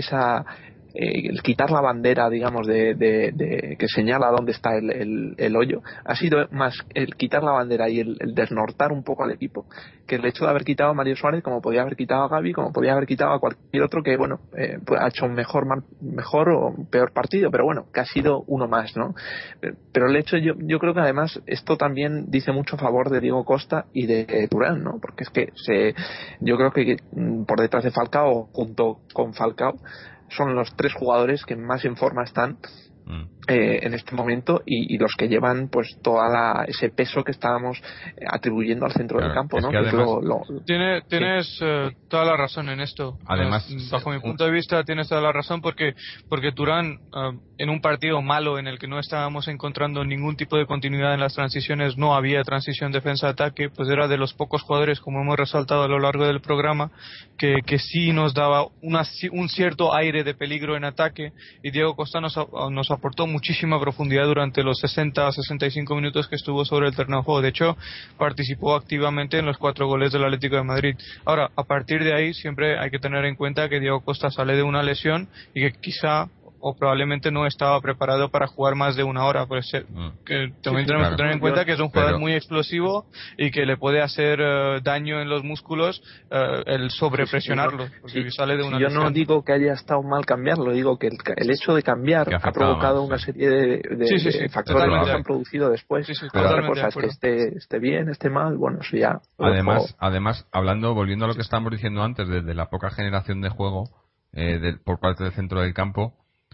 el quitar la bandera, digamos, de que señala dónde está el hoyo, ha sido más el quitar la bandera y el desnortar un poco al equipo, que el hecho de haber quitado a Mario Suárez, como podía haber quitado a Gavi, como podía haber quitado a cualquier otro que, bueno, ha hecho un mejor o peor partido, pero bueno, que ha sido uno más, ¿no? Pero el hecho, yo creo que además esto también dice mucho a favor de Diego Costa y de Turán, ¿no? Porque es que yo creo que por detrás de Falcao, junto con Falcao, son los tres jugadores que más en forma están en este momento y los que llevan pues ese peso que estábamos atribuyendo al centro del campo, ¿no? Que además, tienes toda la razón en esto. Además, bajo mi punto de vista tienes toda la razón porque Turán, en un partido malo en el que no estábamos encontrando ningún tipo de continuidad en las transiciones, no había transición defensa-ataque, pues era de los pocos jugadores, como hemos resaltado a lo largo del programa, que sí nos daba un cierto aire de peligro en ataque, y Diego Costa nos aportó muchísima profundidad durante los 60-65 minutos que estuvo sobre el terreno de juego. De hecho, participó activamente en los 4 goles del Atlético de Madrid. Ahora, a partir de ahí siempre hay que tener en cuenta que Diego Costa sale de una lesión y que quizá o probablemente no estaba preparado para jugar más de una hora. Pues que también tenemos que tener en cuenta que es un jugador muy explosivo y que le puede hacer daño en los músculos el sobrepresionarlo, porque sale de una yo lesión. No digo que haya estado mal cambiarlo, digo que el hecho de cambiar ha provocado una serie de factores que se han producido después. Pero otra cosa es que esté bien, esté mal, bueno, eso ya. Además, volviendo a lo que estábamos diciendo antes, de la poca generación de juego por parte del centro del campo,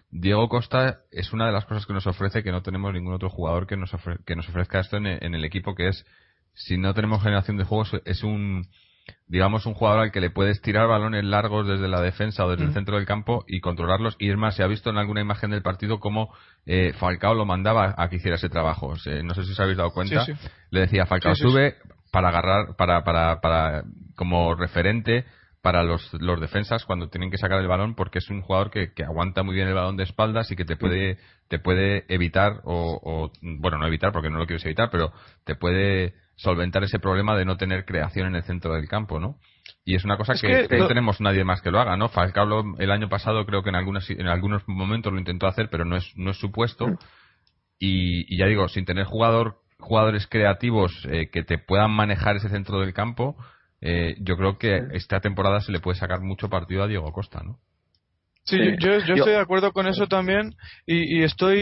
Diego Costa es una de las cosas que nos ofrece que no tenemos ningún otro jugador que nos ofrezca esto en el equipo, que es, si no tenemos generación de juegos, es un jugador al que le puedes tirar balones largos desde la defensa o desde el centro del campo y controlarlos. Y es más, se ha visto en alguna imagen del partido cómo Falcao lo mandaba a que hiciera ese trabajo. No sé si os habéis dado cuenta. Sí. Le decía, Falcao, sube para agarrar, para como referente para los defensas cuando tienen que sacar el balón, porque es un jugador que aguanta muy bien el balón de espaldas y que te puede evitar bueno, no evitar porque no lo quieres evitar, pero te puede solventar ese problema de no tener creación en el centro del campo, ¿no? Y es una cosa que no tenemos nadie más que lo haga, ¿no? Falcao el año pasado creo que en algunos momentos lo intentó hacer, pero no es su puesto. Y ya digo, sin tener jugadores creativos que te puedan manejar ese centro del campo, yo creo que esta temporada se le puede sacar mucho partido a Diego Costa, ¿no? Sí, yo estoy de acuerdo con eso también y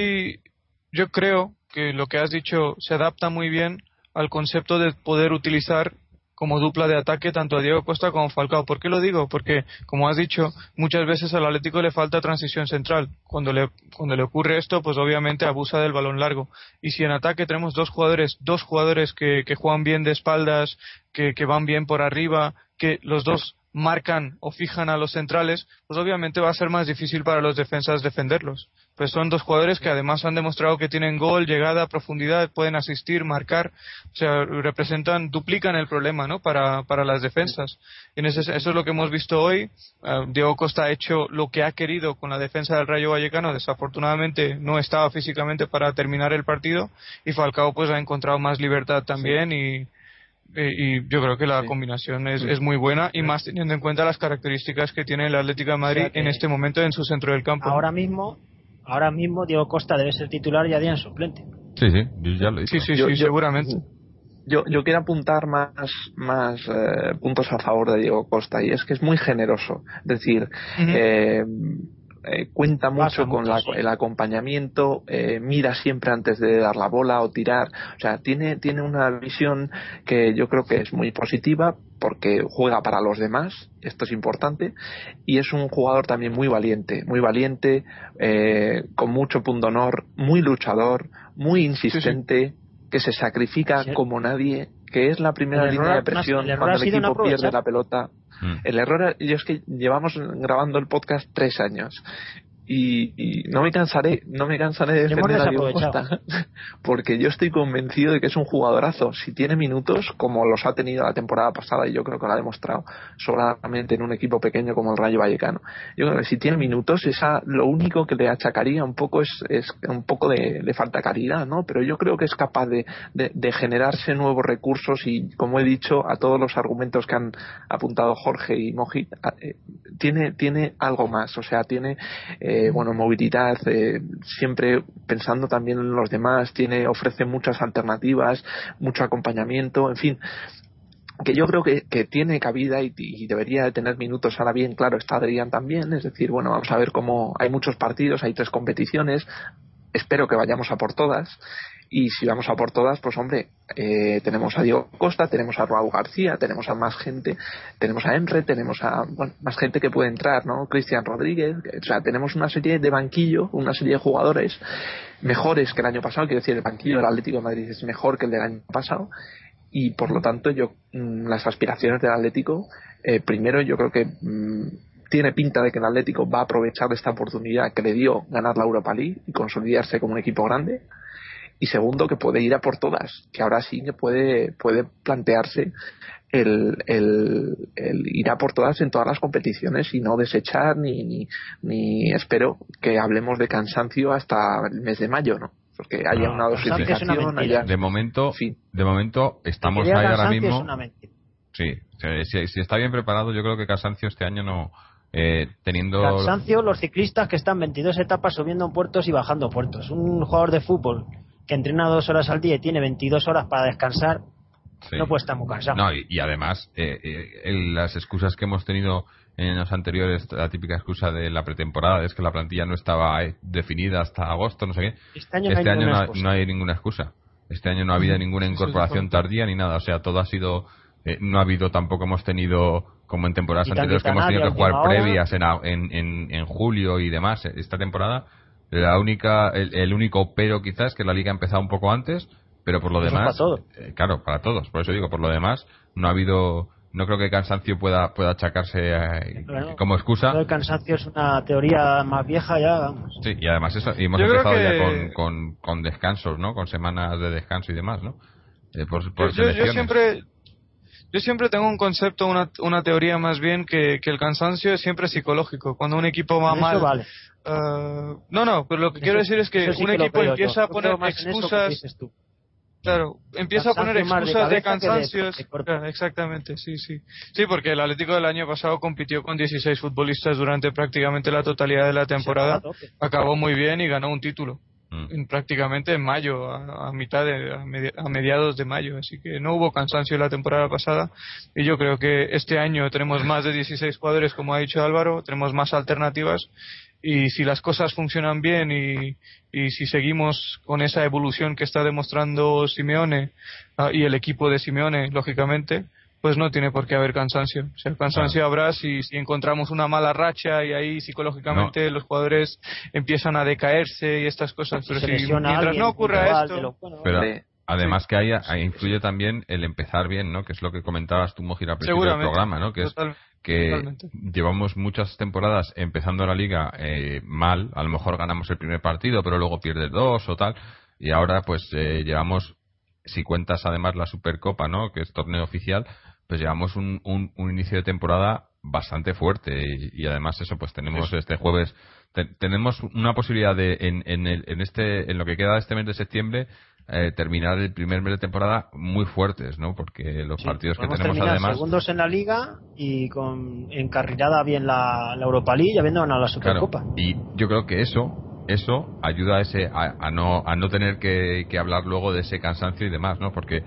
yo creo que lo que has dicho se adapta muy bien al concepto de poder utilizar como dupla de ataque tanto a Diego Costa como a Falcao. ¿Por qué lo digo? Porque, como has dicho, muchas veces al Atlético le falta transición central. Cuando le ocurre esto, pues obviamente abusa del balón largo. Y si en ataque tenemos dos jugadores que juegan bien de espaldas, que van bien por arriba, que los dos marcan o fijan a los centrales, pues obviamente va a ser más difícil para los defensas defenderlos. Pues son dos jugadores que además han demostrado que tienen gol, llegada, profundidad, pueden asistir, marcar, o sea, duplican el problema, ¿no? Para las defensas. Y eso es lo que hemos visto hoy. Diego Costa ha hecho lo que ha querido con la defensa del Rayo Vallecano, desafortunadamente no estaba físicamente para terminar el partido, y Falcao pues ha encontrado más libertad también y yo creo que la combinación es muy buena, y más teniendo en cuenta las características que tiene el Atlético de Madrid en este momento en su centro del campo. Ahora mismo Diego Costa debe ser titular y Adrián suplente. Sí, yo ya lo he dicho. Sí, seguramente. Yo quiero apuntar más puntos a favor de Diego Costa, y es que es muy generoso. Es decir, cuenta mucho con el acompañamiento, mira siempre antes de dar la bola o tirar. O sea, tiene una visión que yo creo que es muy positiva, porque juega para los demás, esto es importante, y es un jugador también muy valiente, con mucho pundonor, muy luchador, muy insistente, que se sacrifica como nadie, que es la primera línea de presión cuando el equipo pierde la pelota. El error, yo es que llevamos grabando el podcast 3 años y no me cansaré de defender a Diego Costa, porque yo estoy convencido de que es un jugadorazo. Si tiene minutos, como los ha tenido la temporada pasada, y yo creo que lo ha demostrado sobradamente en un equipo pequeño como el Rayo Vallecano, yo creo que si tiene minutos, lo único que le achacaría un poco es un poco de falta de calidad, ¿no? Pero yo creo que es capaz de generarse nuevos recursos, y como he dicho, a todos los argumentos que han apuntado Jorge y Moji, tiene algo más. O sea, tiene movilidad, siempre pensando también en los demás, ofrece muchas alternativas, mucho acompañamiento, en fin, que yo creo que tiene cabida y debería de tener minutos. Ahora bien, claro, está Adrián también, es decir, vamos a ver cómo hay muchos partidos, hay 3 competiciones, espero que vayamos a por todas. Y si vamos a por todas, pues hombre, tenemos a Diego Costa, tenemos a Raúl García, tenemos a más gente, tenemos a Enre, tenemos a más gente que puede entrar, ¿no? Cristian Rodríguez, o sea, tenemos una serie de banquillo, una serie de jugadores mejores que el año pasado. Quiero decir, el banquillo del Atlético de Madrid es mejor que el del año pasado, y por lo tanto las aspiraciones del Atlético, primero yo creo que tiene pinta de que el Atlético va a aprovechar esta oportunidad que le dio ganar la Europa League y consolidarse como un equipo grande. Y segundo, que puede ir a por todas, que ahora sí que puede plantearse el ir a por todas en todas las competiciones y no desechar ni espero que hablemos de cansancio hasta el mes de mayo, ¿no? Porque haya una dosificación, de momento estamos ahí ahora mismo. Sí, si está bien preparado, yo creo que cansancio este año no. Teniendo cansancio, los ciclistas que están 22 etapas subiendo puertos y bajando puertos. Un jugador de fútbol que entrena 2 horas al día y tiene 22 horas para descansar, no puede estar muy cansado. No, y además, las excusas que hemos tenido en los anteriores, la típica excusa de la pretemporada es que la plantilla no estaba definida hasta agosto, no sé qué. Este año no hay ninguna excusa. Este año no ha habido ninguna incorporación tardía ni nada. O sea, todo ha sido. No ha habido, tampoco hemos tenido como en temporadas Quitan anteriores que hemos a tenido que nadie a jugar última previas en julio y demás. Esta temporada el único pero quizás es que la liga ha empezado un poco antes, pero por lo Eso es demás, para todos. claro, para todos. Por eso digo, por lo demás no ha habido, no creo que cansancio pueda achacarse Claro. como excusa. El cansancio es una teoría más vieja ya, vamos. Sí, y además eso, y hemos Yo creo empezado ya que- con descansos, ¿no? Con semanas de descanso y demás, ¿no? Por yo selecciones. yo siempre tengo un concepto, una teoría más bien que el cansancio es siempre psicológico. Cuando un equipo va Eso mal, vale. no, pero lo que quiero decir es que Eso sí un que lo equipo creo empieza yo. a Yo poner creo más en eso que excusas. dices tú. Claro, empieza a poner Cansancio más de excusas de cabeza que de cansancios. cuerpo. Claro, exactamente, sí. Sí, porque el Atlético del año pasado compitió con 16 futbolistas durante prácticamente la totalidad de la temporada. Se va a tope. Acabó muy bien y ganó un título. Mm. Prácticamente en mayo, a mediados de mayo. Así que no hubo cansancio la temporada pasada. Y yo creo que este año tenemos más de 16 jugadores, como ha dicho Álvaro, tenemos más alternativas. Y si las cosas funcionan bien y si seguimos con esa evolución que está demostrando Simeone y el equipo de Simeone, lógicamente, pues no tiene por qué haber cansancio. O sea, el cansancio habrá si encontramos una mala racha y ahí psicológicamente los jugadores empiezan a decaerse y estas cosas. Pero Se si lesiona mientras alguien no ocurra puntual esto... de lo bueno. Pero Hombre, además que influye también el empezar bien, ¿no? Que es lo que comentabas tú, Mojir, al principio del Seguramente. programa, ¿no? Que es que Totalmente. llevamos muchas temporadas empezando la liga mal, a lo mejor ganamos el primer partido, pero luego pierdes dos o tal, y ahora pues llevamos, si cuentas además la Supercopa, ¿no? Que es torneo oficial, pues llevamos un inicio de temporada bastante fuerte y además eso, pues tenemos este jueves tenemos una posibilidad de en lo que queda de este mes de septiembre terminar el primer mes de temporada muy fuertes, ¿no? Porque los partidos que Podemos tenemos terminar además, segundos en la liga y encarrilada bien la Europa League y habiendo ganado la Supercopa. claro, y yo creo que eso ayuda a no tener que hablar luego de ese cansancio y demás, ¿no? Porque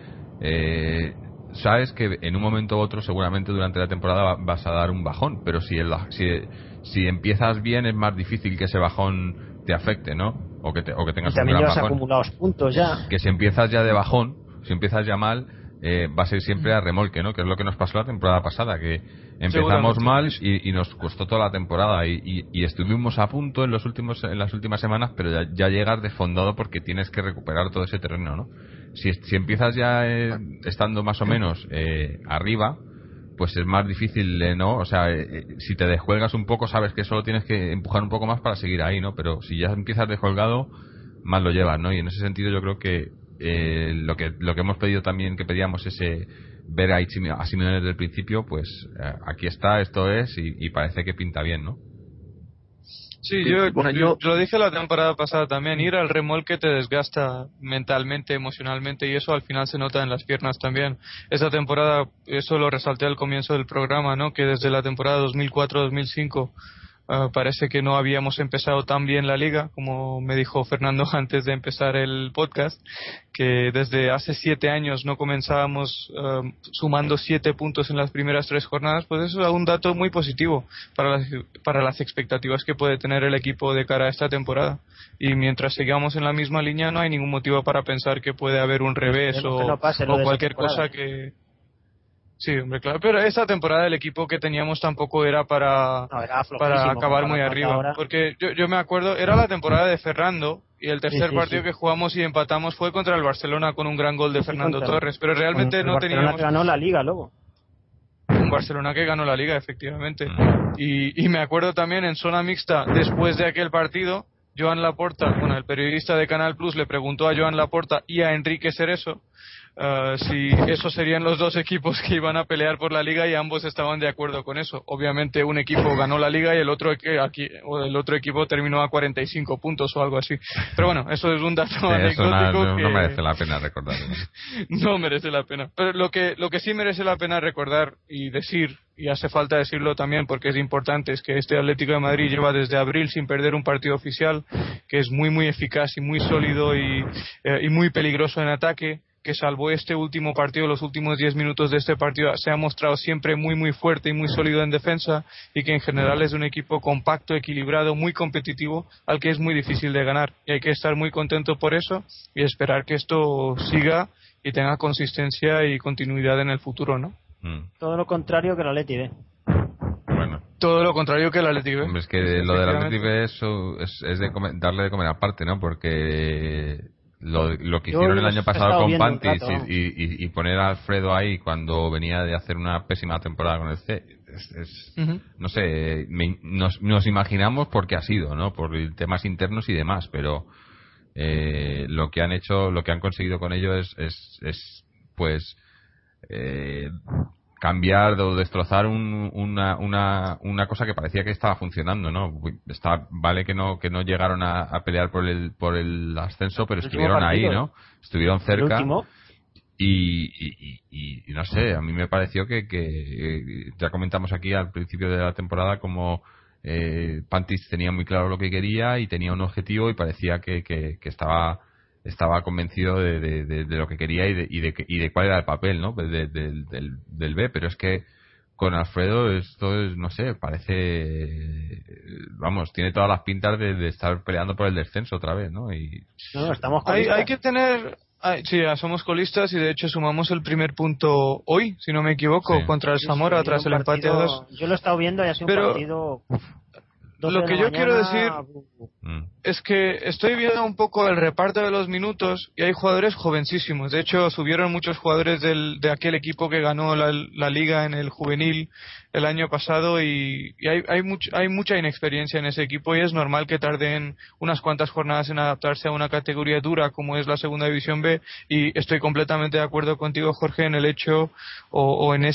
sabes que en un momento u otro seguramente durante la temporada vas a dar un bajón, pero si empiezas bien es más difícil que ese bajón te afecte, ¿no? O que tengas Y también un gran llevas bajón. acumulados puntos ya. Que si empiezas ya de bajón, si empiezas ya mal, va a ser siempre a remolque, ¿no? Que es lo que nos pasó la temporada pasada, que empezamos mal y nos costó toda la temporada y estuvimos a punto en las últimas semanas, pero ya llegas desfondado porque tienes que recuperar todo ese terreno, ¿no? Si empiezas ya estando más o menos arriba, pues es más difícil, ¿no? O sea, si te descuelgas un poco, sabes que solo tienes que empujar un poco más para seguir ahí, ¿no? Pero si ya empiezas descolgado, más lo llevas, ¿no? Y en ese sentido yo creo que lo que hemos pedido también, que pedíamos ese ver a Simeone desde el principio, pues aquí está, esto es, y parece que pinta bien, ¿no? Sí, Bueno, yo lo dije la temporada pasada también, ir al remolque te desgasta mentalmente, emocionalmente y eso al final se nota en las piernas también. Esa temporada, eso lo resalté al comienzo del programa, ¿no? Que desde la temporada 2004-2005 parece que no habíamos empezado tan bien la liga, como me dijo Fernando antes de empezar el podcast, que desde hace 7 años no comenzábamos sumando 7 puntos en las primeras 3 jornadas, pues eso es un dato muy positivo para las expectativas que puede tener el equipo de cara a esta temporada. Y mientras sigamos en la misma línea no hay ningún motivo para pensar que puede haber un revés Esperemos que no pase lo o de esa cualquier temporada. cosa que... Sí, hombre, claro, pero esa temporada el equipo que teníamos tampoco era para Era flojísimo acabar comparado muy con arriba, ahora. porque yo me acuerdo, era la temporada de Ferrando y el tercer Sí, partido sí. que jugamos y empatamos fue contra el Barcelona con un gran gol de Fernando contra- Torres, pero realmente el no Barcelona teníamos que ganó la liga luego. un Barcelona que ganó la liga, efectivamente. Y me acuerdo también en zona mixta, después de aquel partido, Joan Laporta, bueno, el periodista de Canal Plus le preguntó a Joan Laporta y a Enrique Cerezo si esos serían los dos equipos que iban a pelear por la liga y ambos estaban de acuerdo con eso. Obviamente un equipo ganó la liga y el otro equipo terminó a 45 puntos o algo así. Pero bueno, eso es un dato anecdótico que no merece la pena recordar. no merece la pena. Pero lo que sí merece la pena recordar y decir, y hace falta decirlo también porque es importante, es que este Atlético de Madrid lleva desde abril sin perder un partido oficial, que es muy muy eficaz y muy sólido y muy peligroso en ataque, que salvo este último partido, los últimos 10 minutos de este partido, se ha mostrado siempre muy muy fuerte y muy sólido en defensa, y que en general es un equipo compacto, equilibrado, muy competitivo, al que es muy difícil de ganar, y hay que estar muy contento por eso y esperar que esto siga y tenga consistencia y continuidad en el futuro, ¿no? Todo lo contrario que el Atleti, ¿eh? Todo lo contrario que el Athletic B. Hombre, es que lo del Athletic B es de darle de comer aparte, ¿no? Porque lo que hicieron el año pasado con Pantis y poner a Alfredo ahí cuando venía de hacer una pésima temporada con el C, no sé, nos imaginamos por qué ha sido, ¿no? Por temas internos y demás, pero lo que han hecho, lo que han conseguido con ello es pues cambiar o destrozar una cosa que parecía que estaba funcionando, ¿no? Vale que no llegaron a pelear por el ascenso, pero estuvieron ahí, ¿no? Estuvieron cerca. Y no sé, a mí me pareció que ya comentamos aquí al principio de la temporada como Pantis tenía muy claro lo que quería y tenía un objetivo y parecía que estaba convencido de lo que quería y de cuál era el papel, ¿no? Del B, pero es que con Alfredo esto es, no sé, parece, vamos, tiene todas las pintas de estar peleando por el descenso otra vez, ¿no? Y no, estamos hay que tener, sí, somos colistas y de hecho sumamos el primer punto hoy, si no me equivoco, contra el Zamora tras el empate a 2. Yo lo he estado viendo y ha sido un partido. Lo que yo quiero decir es que estoy viendo un poco el reparto de los minutos y hay jugadores jovencísimos. De hecho, subieron muchos jugadores de aquel equipo que ganó la liga en el juvenil el año pasado y hay mucha inexperiencia en ese equipo y es normal que tarden unas cuantas jornadas en adaptarse a una categoría dura como es la segunda división B, y estoy completamente de acuerdo contigo, Jorge, en el hecho o en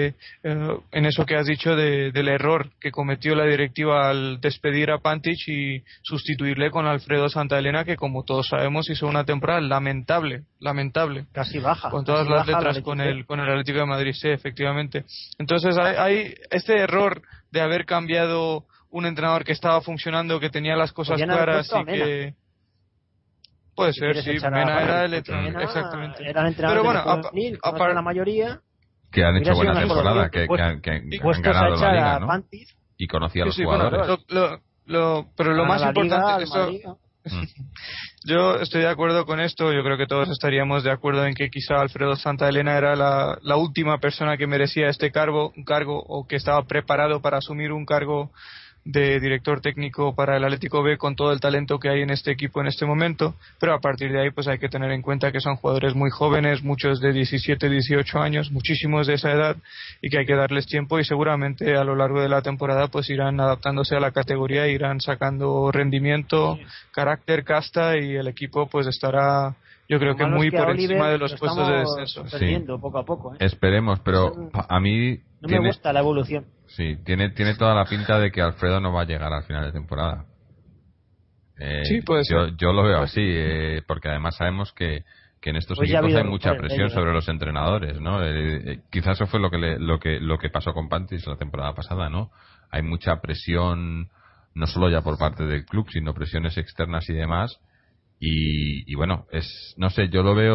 eso que has dicho del error que cometió la directiva al despedir a Pantic y sustituirle con Alfredo Santaelena, que como todos sabemos hizo una temporada lamentable, casi baja, con todas las letras con el Atlético de Madrid, sí, efectivamente. Entonces hay este error de haber cambiado un entrenador que estaba funcionando, que tenía las cosas claras y que puede ser, sí, Mena era el entrenador, exactamente. Era el entrenador. Pero bueno, aparte la mayoría que han hecho buena temporada, que han ganado la liga, ¿no? Pantis, y conocía a los jugadores. Pero lo más importante esto, yo estoy de acuerdo con esto. Yo creo que todos estaríamos de acuerdo en que quizá Alfredo Santaelena era la última persona que merecía un cargo o que estaba preparado para asumir un cargo de director técnico para el Atlético B con todo el talento que hay en este equipo en este momento, pero a partir de ahí pues hay que tener en cuenta que son jugadores muy jóvenes, muchos de 17, 18 años, muchísimos de esa edad, y que hay que darles tiempo y seguramente a lo largo de la temporada pues irán adaptándose a la categoría, irán sacando rendimiento, carácter, casta, y el equipo pues estará, yo creo que muy por encima de los puestos de descenso. Perdiendo poco a poco, Esperemos, pero a mí no me gusta la evolución. Sí, tiene toda la pinta de que Alfredo no va a llegar al final de temporada. Sí, puede ser. Yo lo veo así, porque además sabemos que en estos equipos hay mucha presión sobre los entrenadores, ¿no? Quizás eso fue lo que pasó con Pantis la temporada pasada, ¿no? Hay mucha presión, no solo ya por parte del club, sino presiones externas y demás. Y bueno, no sé, yo lo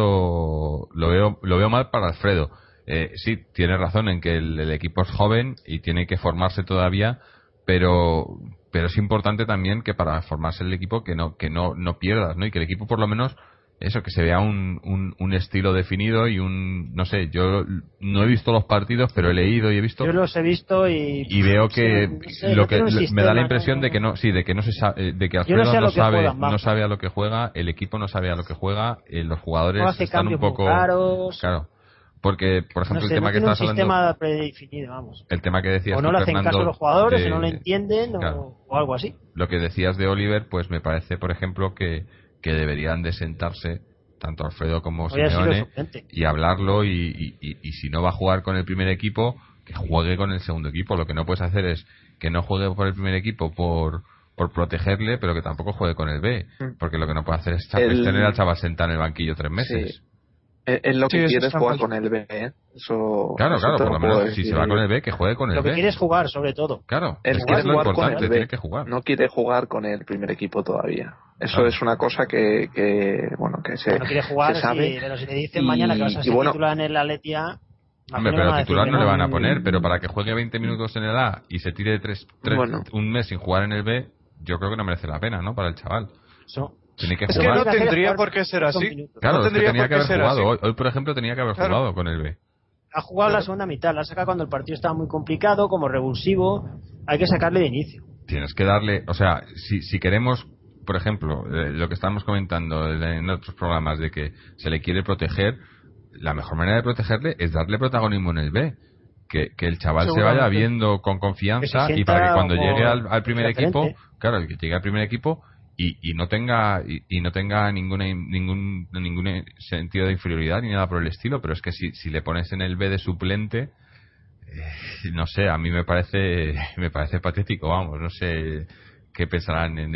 veo mal para Alfredo. Sí, tiene razón en que el equipo es joven y tiene que formarse todavía, pero es importante también que para formarse el equipo que no pierdas, ¿no? Y que el equipo por lo menos eso, que se vea un estilo definido y no sé, yo no he visto los partidos, pero he leído y he visto. Yo los he visto y veo que me da la impresión de que no se sabe, de que Alfredo no sabe a lo que juega, el equipo no sabe a lo que juega, los jugadores están un poco raros. Claro. Porque, por ejemplo, el tema que estabas hablando, sistema predefinido, vamos. El tema que decías, o no lo hacen Fernando, caso los jugadores, o no lo entienden, claro, o algo así. Lo que decías de Oliver, pues me parece, por ejemplo, que deberían de sentarse tanto Alfredo como Simeone y hablarlo y si no va a jugar con el primer equipo, que juegue con el segundo equipo. Lo que no puedes hacer es que no juegue por el primer equipo por protegerle, pero que tampoco juegue con el B, porque lo que no puede hacer es tener al chaval sentado en el banquillo 3 meses. Sí. Es lo que quieres jugar con el B, ¿eh? Claro, por lo menos si se va con el B, que juegue con el B. Lo que quieres jugar, sobre todo. Claro, es que es lo importante, tiene que jugar. No quiere jugar con el primer equipo todavía. Eso es una cosa que se no quiere jugar, se sabe. Sí, pero si le dicen mañana que vas a ser titular en el Atleti, hombre, pero titular no le van a poner, pero para que juegue 20 minutos en el A y se tire un mes sin jugar en el B, yo creo que no merece la pena, ¿no? Para el chaval. Eso. Tiene que es jugar. que no tendría por qué ser así. Claro, no es que tenía que haber jugado. Así. Hoy, por ejemplo, tenía que haber jugado con el B. ha jugado la segunda mitad, la saca cuando el partido estaba muy complicado, como revulsivo, hay que sacarle de inicio. Tienes que darle, o sea, si queremos, por ejemplo, lo que estamos comentando en otros programas de que se le quiere proteger, la mejor manera de protegerle es darle protagonismo en el B. Que el chaval se vaya viendo con confianza y para que cuando llegue al primer equipo, claro, que llegue al primer equipo y no tenga ningún sentido de inferioridad ni nada por el estilo, pero es que si le pones en el B de suplente, no sé, a mí me parece patético, vamos, no sé qué pensarán en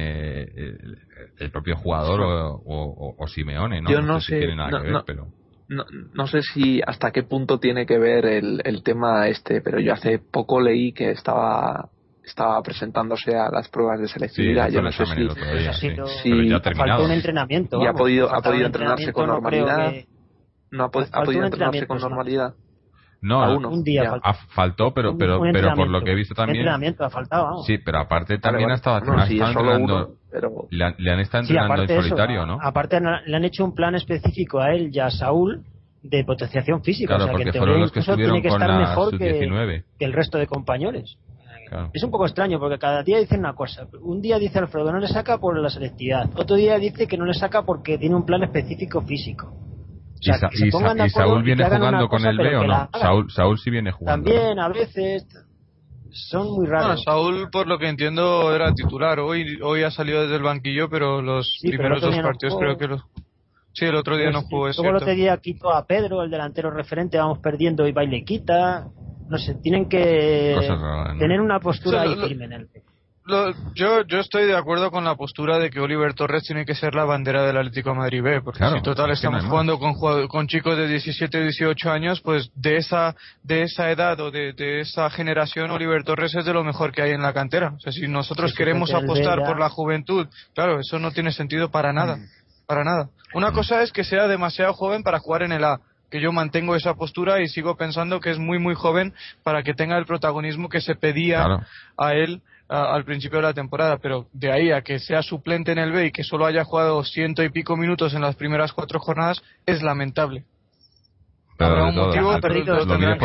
el propio jugador o Simeone, ¿no? Yo no sé sé, si tiene nada que ver, pero no sé si hasta qué punto tiene que ver el tema pero yo hace poco leí que estaba presentándose a las pruebas de selectividad. Sí, yo no sé si pero ya ha terminado. Falta un entrenamiento. Y vamos, ha podido entrenarse con normalidad. No ha podido entrenarse con normalidad. No, un día faltó, pero por lo que he visto también. Entrenamiento ha faltado, vamos. Sí, pero aparte también ha estado entrenando. Le han estado entrenando en solitario, ¿no? Aparte le han hecho un plan específico a él y a Saúl de potenciación física. Claro, o sea, porque que fueron los que estuvieron tiene que con estar la mejor sub-19. que el resto de compañeros. Claro. Es un poco extraño porque cada día dicen una cosa. Un día dice Alfredo que no le saca por la selectividad. Otro día dice que no le saca porque tiene un plan específico físico. O sea, ¿Y Saúl viene jugando con el B o no? Saúl sí viene jugando. También, a veces. Son muy raros. Bueno, Saúl, por lo que entiendo, era titular. Hoy ha salido desde el banquillo, pero los primeros dos partidos creo que los... Sí, el otro día no jugó, es cierto. Luego el otro día quitó a Pedro, el delantero referente, vamos perdiendo y va y le quita. No sé, tienen que tener una postura ahí firme en el B. Yo estoy de acuerdo con la postura de que Oliver Torres tiene que ser la bandera del Atlético de Madrid B, porque si total estamos jugando con chicos de 17 y 18 años, pues de esa edad o de esa generación, Oliver Torres es de lo mejor que hay en la cantera. O sea, si nosotros queremos apostar por la juventud, claro, eso no tiene sentido para nada, para nada. Una cosa es que sea demasiado joven para jugar en el A, que yo mantengo esa postura y sigo pensando que es muy muy joven para que tenga el protagonismo que se pedía a él al principio de la temporada, pero de ahí a que sea suplente en el B y que solo haya jugado 100 y pico minutos en las primeras 4 jornadas es lamentable. Habrá un motivo, ha perdido,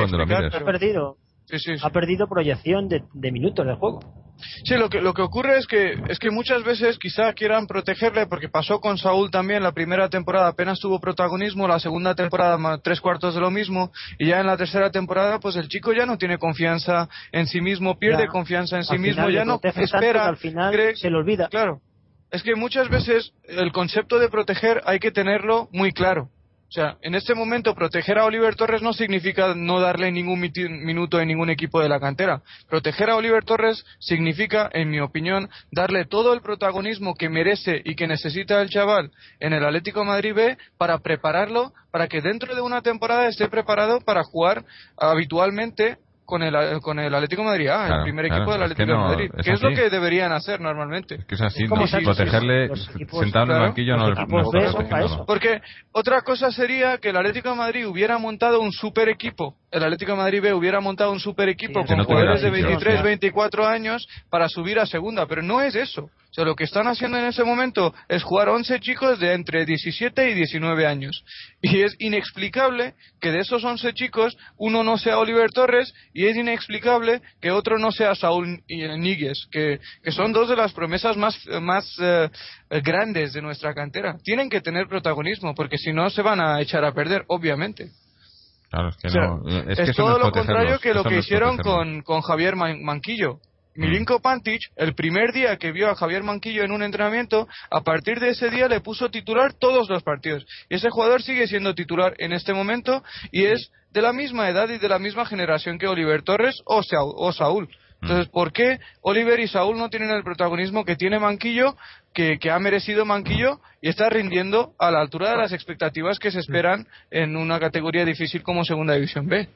Sí. Ha perdido proyección de minutos de juego. Sí, lo que ocurre es que muchas veces quizá quieran protegerle, porque pasó con Saúl también. La primera temporada apenas tuvo protagonismo, la segunda temporada 3/4 de lo mismo, y ya en la tercera temporada pues el chico ya no tiene confianza en sí mismo, pierde confianza en sí mismo, ya no espera, al final se le olvida. Claro, es que muchas veces el concepto de proteger hay que tenerlo muy claro. O sea, en este momento proteger a Oliver Torres no significa no darle ningún minuto en ningún equipo de la cantera. Proteger a Oliver Torres significa, en mi opinión, darle todo el protagonismo que merece y que necesita el chaval en el Atlético de Madrid B para prepararlo, para que dentro de una temporada esté preparado para jugar habitualmente con el Atlético de Madrid A, el primer equipo del Atlético de Madrid, que es lo que deberían hacer normalmente. Es que es así, protegerle sentado en el banquillo no es. Porque otra cosa sería que el Atlético de Madrid hubiera montado un super equipo, el Atlético de Madrid B hubiera montado un super equipo con jugadores de 23, 24 años para subir a segunda, pero no es eso. O sea, lo que están haciendo en ese momento es jugar 11 chicos de entre 17 y 19 años. Y es inexplicable que de esos 11 chicos uno no sea Oliver Torres y es inexplicable que otro no sea Saúl Níguez, que son dos de las promesas más grandes de nuestra cantera. Tienen que tener protagonismo porque si no se van a echar a perder, obviamente. Claro, es todo lo contrario que lo que hicieron con Javier Manquillo. Milinko Pantic, el primer día que vio a Javier Manquillo en un entrenamiento, a partir de ese día le puso titular todos los partidos. Y ese jugador sigue siendo titular en este momento y es de la misma edad y de la misma generación que Oliver Torres o Saúl. Entonces, ¿por qué Oliver y Saúl no tienen el protagonismo que tiene Manquillo, que ha merecido Manquillo y está rindiendo a la altura de las expectativas que se esperan en una categoría difícil como Segunda División B?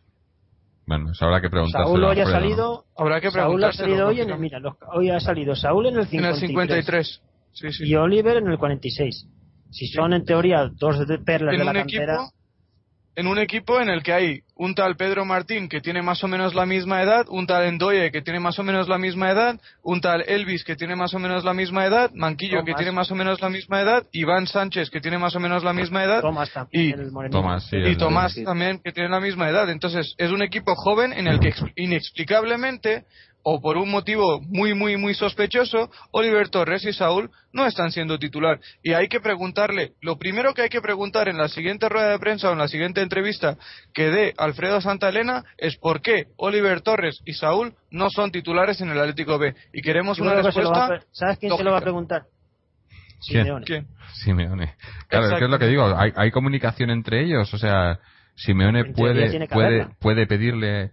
Bueno, eso habrá que preguntárselo. Saúl hoy ha salido, ¿no? Habrá que Saúl ha salido hoy hoy ha salido Saúl en el 53. Sí. Y Oliver en el 46. Si son en teoría dos perlas de la cantera. En un equipo en el que hay un tal Pedro Martín que tiene más o menos la misma edad, un tal Ndoye que tiene más o menos la misma edad, un tal Elvis que tiene más o menos la misma edad, Manquillo Tomás, que tiene más o menos la misma edad, Iván Sánchez que tiene más o menos la misma edad, Tomás también, el morenito. Tomás, sí, y Tomás sí. también que tiene la misma edad. Entonces es un equipo joven en el que inexplicablemente o por un motivo muy sospechoso, Oliver Torres y Saúl no están siendo titular. Y hay que preguntarle, lo primero que hay que preguntar en la siguiente rueda de prensa o en la siguiente entrevista que dé Alfredo Santaelena es por qué Oliver Torres y Saúl no son titulares en el Atlético B. Y queremos Yo una creo que respuesta. ¿Sabes quién se lo va a preguntar? Simeone. ¿Quién? Simeone. Claro, es que es lo que digo, hay comunicación entre ellos, o sea, Simeone En teoría tiene que haberla. puede pedirle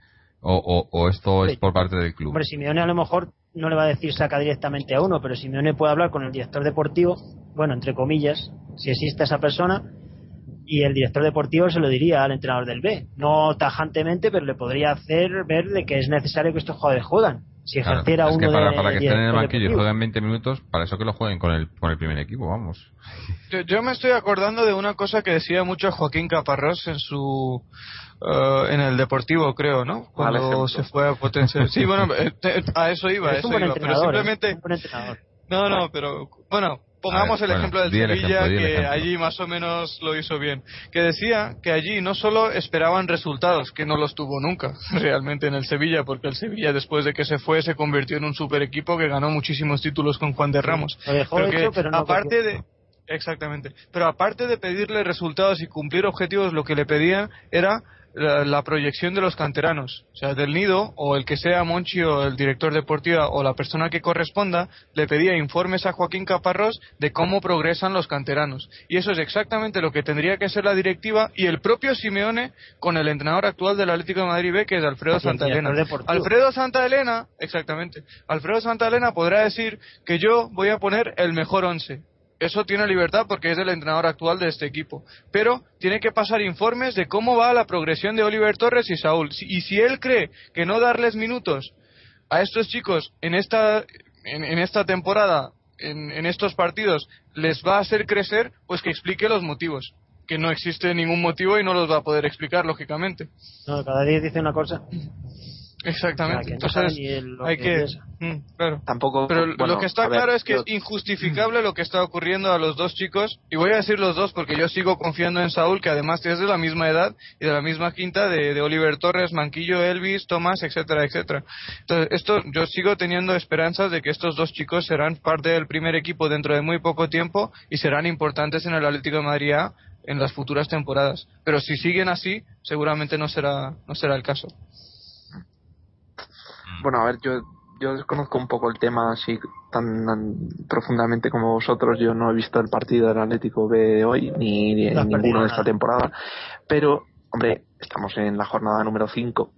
o esto es por parte del club. Hombre, Simeone a lo mejor no le va a decir saca directamente a uno, pero Simeone puede hablar con el director deportivo, bueno, entre comillas, si existe esa persona, y el director deportivo se lo diría al entrenador del B. No tajantemente, pero le podría hacer ver de que es necesario que estos jugadores juegan. Si ejerciera Claro, es que uno para que estén en el banquillo y deportivo. jueguen 20 minutos, para eso que lo jueguen con el primer equipo, vamos. Yo me estoy acordando de una cosa que decía mucho Joaquín Caparrós en su en el Deportivo, creo, ¿no? Cuando se fue a Potencia. Sí, bueno, a eso iba, Es un buen pero entrenador, simplemente un buen entrenador. no, pero bueno, pongamos el ejemplo del Sevilla, que allí más o menos lo hizo bien. Que decía que allí no solo esperaban resultados, que no los tuvo nunca realmente en el Sevilla, porque el Sevilla después de que se fue se convirtió en un super equipo que ganó muchísimos títulos con Juan de Ramos. Lo dejó Pero hecho, que pero no aparte de exactamente, pero aparte de pedirle resultados y cumplir objetivos, lo que le pedían era la proyección de los canteranos, o sea, del Nido o el que sea Monchi o el director deportivo o la persona que corresponda, le pedía informes a Joaquín Caparrós de cómo progresan los canteranos, y eso es exactamente lo que tendría que ser la directiva y el propio Simeone con el entrenador actual del Atlético de Madrid B, que es Alfredo Santaelena. Alfredo Santaelena, exactamente, Alfredo Santaelena podrá decir que yo voy a poner el mejor 11. Eso tiene libertad porque es el entrenador actual de este equipo. Pero tiene que pasar informes de cómo va la progresión de Oliver Torres y Saúl. Y si él cree que no darles minutos a estos chicos en esta temporada, en estos partidos, les va a hacer crecer, pues que explique los motivos. Que no existe ningún motivo y no los va a poder explicar, lógicamente. No, cada día dice una cosa. Exactamente. Entonces hay que claro. Tampoco, pero bueno, lo que está claro es que es injustificable lo que está ocurriendo a los dos chicos, y voy a decir los dos porque yo sigo confiando en Saúl, que además es de la misma edad y de la misma quinta de Oliver Torres, Manquillo, Elvis, Tomás, etcétera. Entonces yo sigo teniendo esperanzas de que estos dos chicos serán parte del primer equipo dentro de muy poco tiempo y serán importantes en el Atlético de Madrid A en las futuras temporadas, pero si siguen así seguramente no será el caso. Bueno, a ver, yo desconozco un poco el tema así tan profundamente como vosotros. Yo no he visto el partido del Atlético B de hoy ni ninguno de esta temporada, pero hombre, estamos en la jornada número 5.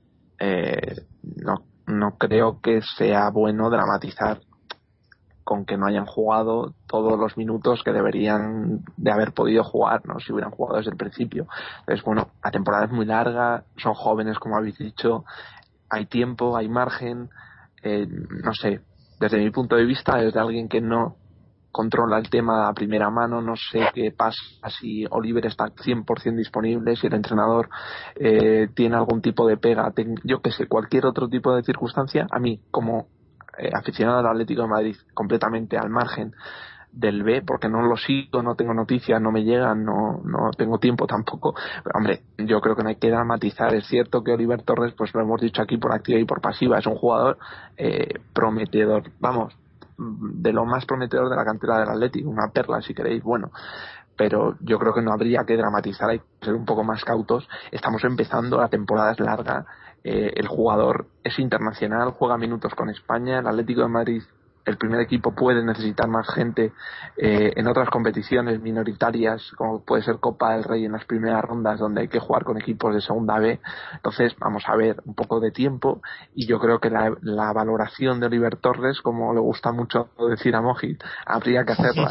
No creo que sea bueno dramatizar con que no hayan jugado todos los minutos que deberían de haber podido jugar, ¿no? Si hubieran jugado desde el principio. Entonces, bueno, la temporada es muy larga, son jóvenes, como habéis dicho, hay tiempo, hay margen, no sé, desde mi punto de vista, desde alguien que no controla el tema a primera mano, no sé qué pasa si Oliver está 100% disponible, si el entrenador tiene algún tipo de pega, yo que sé, cualquier otro tipo de circunstancia. A mí, como aficionado al Atlético de Madrid, completamente al margen del B, porque no lo sigo, no tengo noticias, no me llegan, no tengo tiempo tampoco, pero hombre, yo creo que no hay que dramatizar. Es cierto que Oliver Torres, pues lo hemos dicho aquí por activa y por pasiva, es un jugador prometedor, vamos, de lo más prometedor de la cantera del Atlético, una perla si queréis, bueno, pero yo creo que no habría que dramatizar, hay que ser un poco más cautos. Estamos empezando, la temporada es larga, el jugador es internacional, juega minutos con España, el Atlético de Madrid, el primer equipo, puede necesitar más gente en otras competiciones minoritarias, como puede ser Copa del Rey en las primeras rondas, donde hay que jugar con equipos de segunda B. Entonces vamos a ver un poco de tiempo, y yo creo que la valoración de Oliver Torres, como le gusta mucho decir a Mojit, habría que hacerla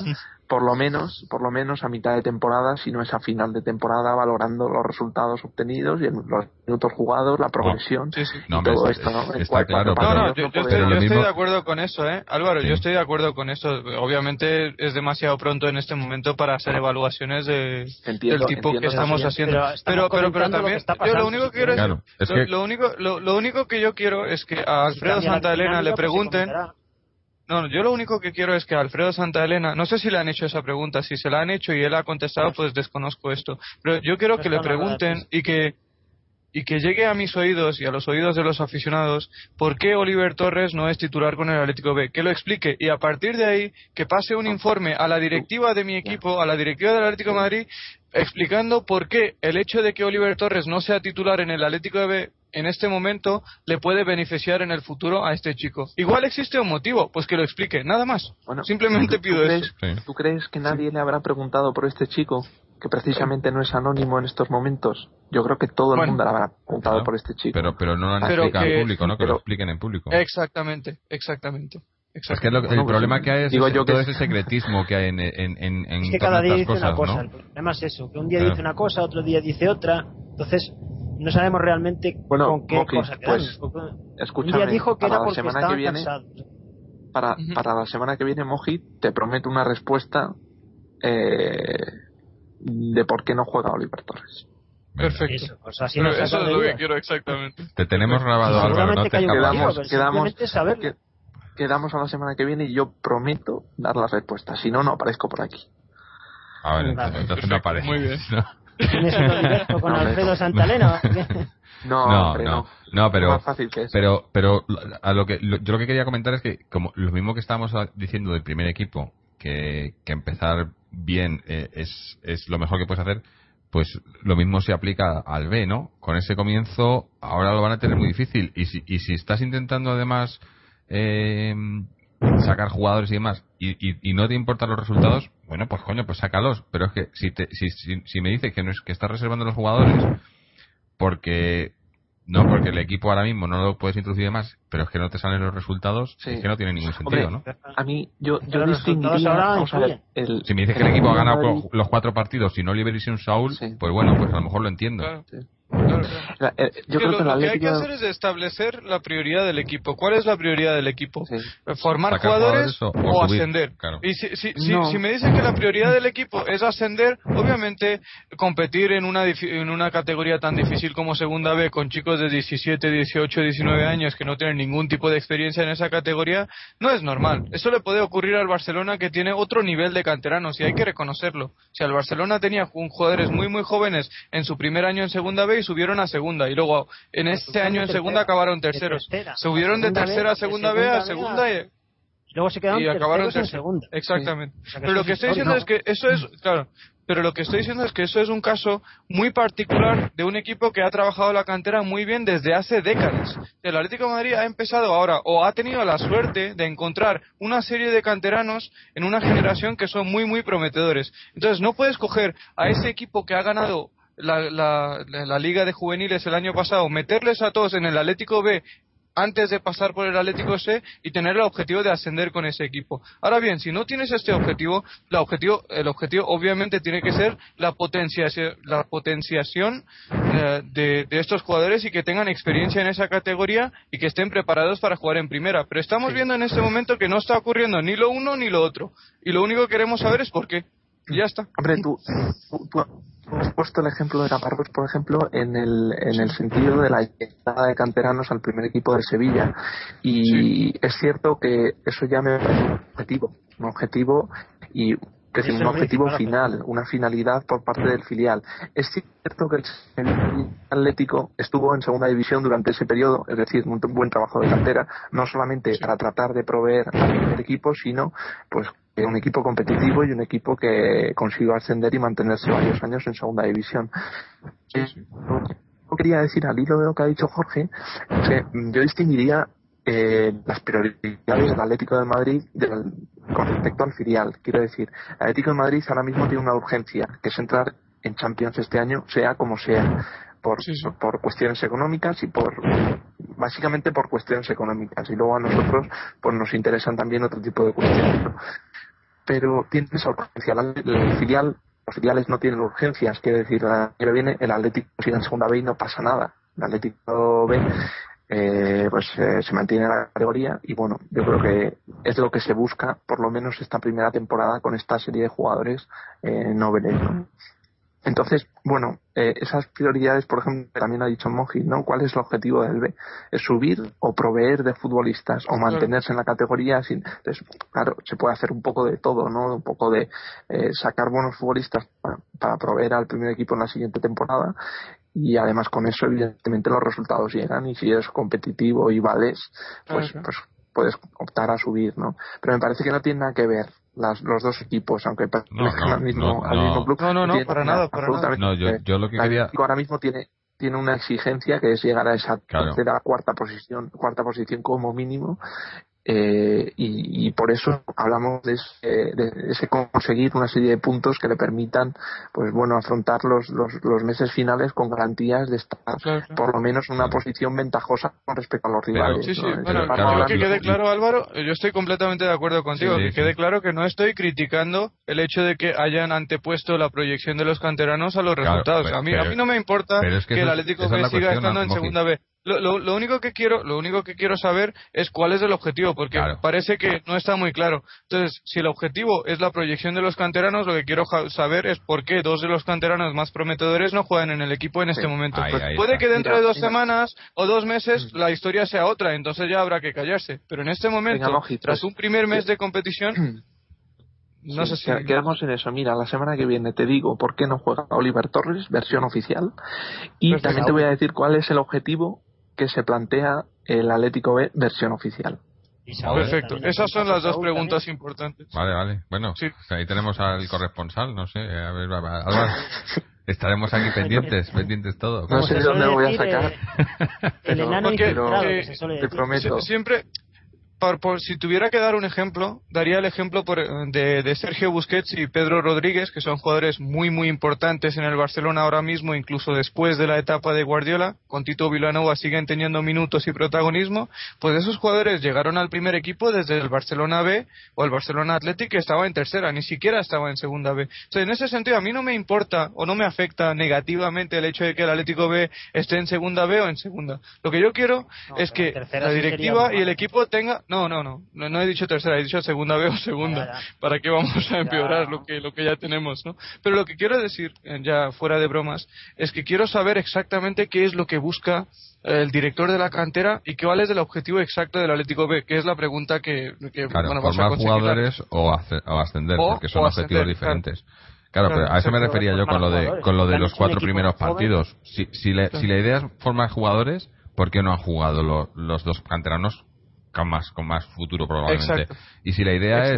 por lo menos a mitad de temporada, si no es a final de temporada, valorando los resultados obtenidos y los minutos jugados, la progresión y todo esto, ¿no? Está claro. Yo estoy de acuerdo con eso, Álvaro, yo estoy de acuerdo con eso. Obviamente es demasiado pronto en este momento para hacer evaluaciones del tipo que estamos haciendo. Pero también yo lo único que quiero lo único que yo quiero es que a Alfredo Santaelena le pregunten. No, yo lo único que quiero es que a Alfredo Santaelena, no sé si le han hecho esa pregunta, si se la han hecho y él ha contestado, pues desconozco esto. Pero yo quiero que le pregunten y que llegue a mis oídos y a los oídos de los aficionados por qué Oliver Torres no es titular con el Atlético B, que lo explique y a partir de ahí que pase un informe a la directiva de mi equipo, a la directiva del Atlético de Madrid, explicando por qué el hecho de que Oliver Torres no sea titular en el Atlético B en este momento le puede beneficiar en el futuro a este chico. Igual existe un motivo, pues que lo explique, nada más. Bueno, simplemente pido eso. ¿Tú crees que nadie le habrá preguntado por este chico, que precisamente no es anónimo en estos momentos? Yo creo que todo el mundo le habrá preguntado por este chico. Pero no lo han explicado en público, ¿no? Que lo expliquen en público. Exactamente. Es que el problema que hay es todo ese secretismo que hay en es que cada día dice una cosa, ¿no? El problema es eso, que un día dice una cosa, otro día dice otra, entonces no sabemos realmente con qué cosa quedamos. Escúchame, un día dijo que era porque estaban cansados. Para la semana que viene, Moji, te prometo una respuesta de por qué no juega Oliver Torres. Perfecto. Eso es lo que quiero exactamente. Te tenemos grabado, Álvaro, no te quedamos a la semana que viene y yo prometo dar la respuesta. Si no, no aparezco por aquí. A ver, entonces no aparece. Muy bien. ¿Tienes un directo con Alfredo Santaelena? No, pero más fácil que eso. Pero yo lo que quería comentar es que como lo mismo que estábamos diciendo del primer equipo, que empezar bien es lo mejor que puedes hacer, pues lo mismo se aplica al B, ¿no? Con ese comienzo ahora lo van a tener muy difícil y si estás intentando además sacar jugadores y demás y no te importan los resultados, bueno, pues coño, pues sácalos. Pero es que si me dices que estás reservando los jugadores porque el equipo ahora mismo no lo puedes introducir y demás, pero es que no te salen los resultados, es que no tiene ningún sentido. Hombre, ¿no? A mí yo distinguiría, si me dices que el equipo ha ganado los 4 partidos y no Oliver y un Saúl, pues bueno, pues a lo mejor lo entiendo. Claro. Yo creo que lo que hay que hacer es establecer la prioridad del equipo. ¿Cuál es la prioridad del equipo? ¿Formar jugadores o ascender? Claro. Y si me dicen que la prioridad del equipo es ascender, obviamente competir en una categoría tan difícil como Segunda B con chicos de 17, 18, 19 años que no tienen ningún tipo de experiencia en esa categoría no es normal. Eso le puede ocurrir al Barcelona, que tiene otro nivel de canteranos y hay que reconocerlo. Si el Barcelona tenía jugadores muy muy jóvenes en su primer año en Segunda B y subieron a Segunda y luego en este año en Segunda acabaron terceros. Subieron de tercera a Segunda B a Segunda y luego se quedaron acabaron en Segunda. Exactamente. Sí. O sea, pero lo que estoy diciendo es que eso es pero lo que estoy diciendo es que eso es un caso muy particular de un equipo que ha trabajado la cantera muy bien desde hace décadas. El Atlético de Madrid ha empezado ahora o ha tenido la suerte de encontrar una serie de canteranos en una generación que son muy muy prometedores. Entonces no puedes coger a ese equipo que ha ganado la Liga de Juveniles el año pasado, meterles a todos en el Atlético B antes de pasar por el Atlético C y tener el objetivo de ascender con ese equipo. Ahora bien, si no tienes este objetivo, el objetivo obviamente tiene que ser la potenciación de estos jugadores y que tengan experiencia en esa categoría y que estén preparados para jugar en primera. Pero estamos viendo en este momento que no está ocurriendo ni lo uno ni lo otro. Y lo único que queremos saber es por qué. Y ya está. Hombre, tú has puesto el ejemplo de Caparrós, por ejemplo, en el sentido de la llegada de canteranos al primer equipo de Sevilla. Y es cierto que eso ya me parece un objetivo y un objetivo final, una finalidad por parte del filial. Es cierto que el Sevilla Atlético estuvo en segunda división durante ese periodo, es decir, un buen trabajo de cantera, no solamente para tratar de proveer al primer equipo, sino pues un equipo competitivo y un equipo que consiguió ascender y mantenerse varios años en segunda división. Yo quería decir, al hilo de lo que ha dicho Jorge, que yo distinguiría las prioridades del Atlético de Madrid con respecto al filial. Quiero decir, el Atlético de Madrid ahora mismo tiene una urgencia, que es entrar en Champions este año, sea como sea, por cuestiones económicas y básicamente por cuestiones económicas, y luego a nosotros pues nos interesan también otro tipo de cuestiones, ¿no? pero tiene esa urgencia. El filial, los filiales no tienen urgencias, quiere decir, el año que viene el Atlético sigue en segunda B y no pasa nada. El Atlético B se mantiene en la categoría y bueno, yo creo que es lo que se busca, por lo menos esta primera temporada con esta serie de jugadores noveles, ¿no? Entonces, bueno, esas prioridades, por ejemplo, también ha dicho Monji, ¿no? ¿Cuál es el objetivo del B? ¿Es subir o proveer de futbolistas o mantenerse en la categoría? Entonces, claro, se puede hacer un poco de todo, ¿no? Un poco de sacar buenos futbolistas para proveer al primer equipo en la siguiente temporada y además con eso, evidentemente, los resultados llegan y si eres competitivo y vales, pues puedes optar a subir, ¿no? Pero me parece que no tiene nada que ver los dos equipos, aunque pertenezcan al mismo club. No, para nada. No, yo lo que quería... Ahora mismo tiene una exigencia que es llegar a esa tercera, cuarta posición como mínimo, y por eso hablamos de ese conseguir una serie de puntos que le permitan, pues bueno, afrontar los meses finales con garantías de estar por lo menos en una posición ventajosa con respecto a los rivales. Sí. Bueno, quiero que quede claro, Álvaro, yo estoy completamente de acuerdo contigo, que quede claro que no estoy criticando el hecho de que hayan antepuesto la proyección de los canteranos a los resultados. A mí no me importa que el Atlético B siga estando en segunda B. Lo único que quiero saber es cuál es el objetivo, porque parece que no está muy claro. Entonces, si el objetivo es la proyección de los canteranos, lo que quiero saber es por qué dos de los canteranos más prometedores no juegan en el equipo en este momento. Puede que dentro de 2 semanas o 2 meses la historia sea otra, entonces ya habrá que callarse. Pero en este momento, tras un primer mes de competición... No sé si quedamos en eso. Mira, la semana que viene te digo por qué no juega Oliver Torres, versión oficial, y también te voy a decir cuál es el objetivo que se plantea el Atlético B, versión oficial. Perfecto, esas son las 2 preguntas importantes. Vale. Bueno, ahí tenemos al corresponsal, no sé, a ver, Álvaro. Estaremos aquí pendientes todo. No sé de dónde lo voy a sacar. El enano infiltrado, te prometo. Siempre... si tuviera que dar un ejemplo, daría el ejemplo de Sergio Busquets y Pedro Rodríguez, que son jugadores muy muy importantes en el Barcelona ahora mismo, incluso después de la etapa de Guardiola. Con Tito Vilanova siguen teniendo minutos y protagonismo. Pues esos jugadores llegaron al primer equipo desde el Barcelona B o el Barcelona Athletic, que estaba en tercera, ni siquiera estaba en segunda B. O sea, en ese sentido a mí no me importa o no me afecta negativamente el hecho de que el Atlético B esté en segunda B o en segunda. Lo que yo quiero es que la directiva y el equipo tenga... No he dicho tercera, he dicho segunda B o segunda. ¿Para qué vamos a empeorar lo que ya tenemos, no? Pero lo que quiero decir, ya fuera de bromas, es que quiero saber exactamente qué es lo que busca el director de la cantera y cuál es el objetivo exacto del Atlético B, que es la pregunta que formar jugadores o ascender, porque son objetivos diferentes. Claro, pero a eso me refería yo con lo de los 4 primeros partidos. Si la idea es formar jugadores, ¿por qué no han jugado los 2 canteranos con más futuro probablemente? Exacto. Y si la idea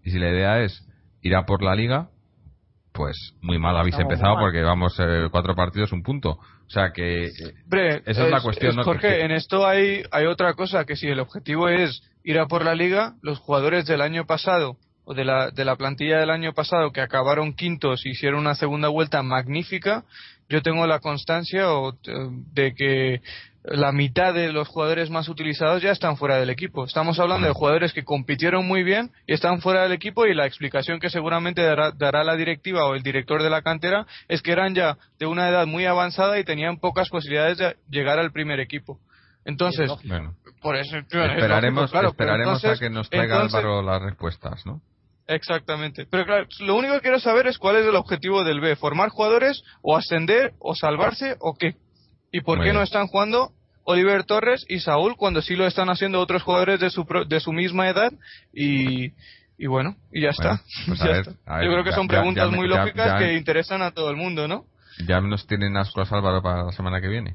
es ir a por la liga, pues muy mal habéis empezado, porque vamos 4 partidos, 1 punto. O sea que esa es la cuestión, ¿no? Jorge, en esto hay otra cosa, que si el objetivo es ir a por la liga, los jugadores del año pasado o de la plantilla del año pasado que acabaron quintos y hicieron una segunda vuelta magnífica, yo tengo la constancia de que la mitad de los jugadores más utilizados ya están fuera del equipo. Estamos hablando de jugadores que compitieron muy bien y están fuera del equipo, y la explicación que seguramente dará la directiva o el director de la cantera es que eran ya de una edad muy avanzada y tenían pocas posibilidades de llegar al primer equipo. Entonces, por eso esperaremos a que nos traiga Álvaro las respuestas, ¿no? Exactamente. Pero claro, lo único que quiero saber es cuál es el objetivo del B: formar jugadores o ascender o salvarse o qué. ¿Y por qué no están jugando Oliver Torres y Saúl cuando sí lo están haciendo otros jugadores de su misma edad? Y bueno, y ya está. Pues ya está. Yo creo que son preguntas muy lógicas que interesan a todo el mundo, ¿no? Ya nos tienen ascuas, Álvaro, para la semana que viene.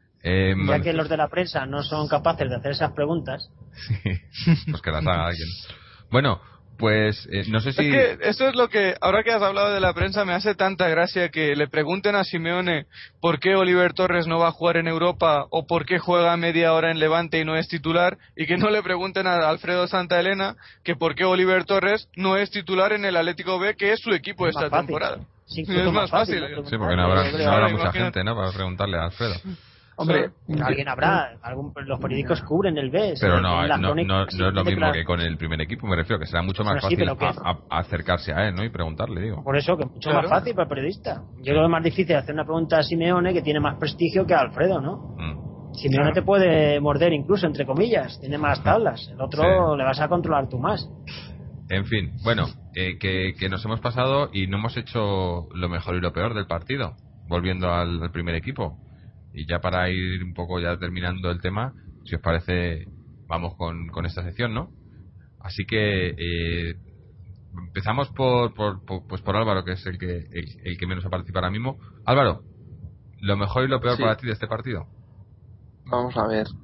Ya que los de la prensa no son capaces de hacer esas preguntas. Sí, pues que las haga alguien. Bueno, pues no sé si... Es que esto es lo que, ahora que has hablado de la prensa, me hace tanta gracia que le pregunten a Simeone por qué Oliver Torres no va a jugar en Europa o por qué juega media hora en Levante y no es titular, y que no le pregunten a Alfredo Santaelena que por qué Oliver Torres no es titular en el Atlético B, que es su equipo esta temporada. Sí, es más fácil. Sí, porque no habrá mucha gente, ¿no?, para preguntarle a Alfredo. Hombre, alguien habrá, los periódicos cubren el B. Pero no es lo mismo que con el primer equipo, me refiero, que será mucho más fácil acercarse a él, ¿no? Y preguntarle, digo. Por eso, que es mucho más fácil para el periodista. Yo creo que es más difícil hacer una pregunta a Simeone, que tiene más prestigio que a Alfredo, ¿no? Simeone te puede morder incluso, entre comillas, tiene más tablas. El otro le vas a controlar tú más. En fin, bueno, que nos hemos pasado y no hemos hecho lo mejor y lo peor del partido, volviendo al primer equipo. Y ya para ir un poco ya terminando el tema, si os parece, vamos con esta sección, ¿no? Así que empezamos por Álvaro, que es el que menos ha participado ahora mismo. Álvaro, lo mejor y lo peor para ti de este partido. Vamos a ver,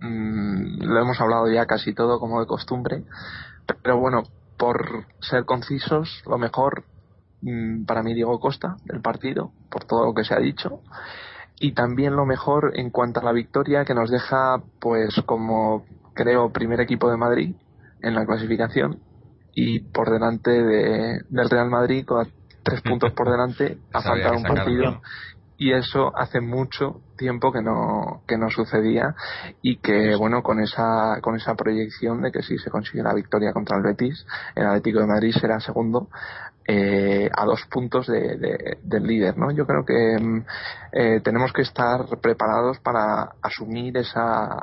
lo hemos hablado ya casi todo como de costumbre, pero bueno, por ser concisos, lo mejor para mí Diego Costa del partido, por todo lo que se ha dicho. Y también lo mejor en cuanto a la victoria, que nos deja, pues, como creo, primer equipo de Madrid en la clasificación y por delante del Real Madrid, con 3 puntos por delante, a falta de un partido. Y eso hace mucho tiempo que no sucedía, y que bueno, con esa proyección de que si se consigue la victoria contra el Betis, el Atlético de Madrid será segundo a 2 puntos del líder, ¿no? Yo creo que tenemos que estar preparados para asumir esa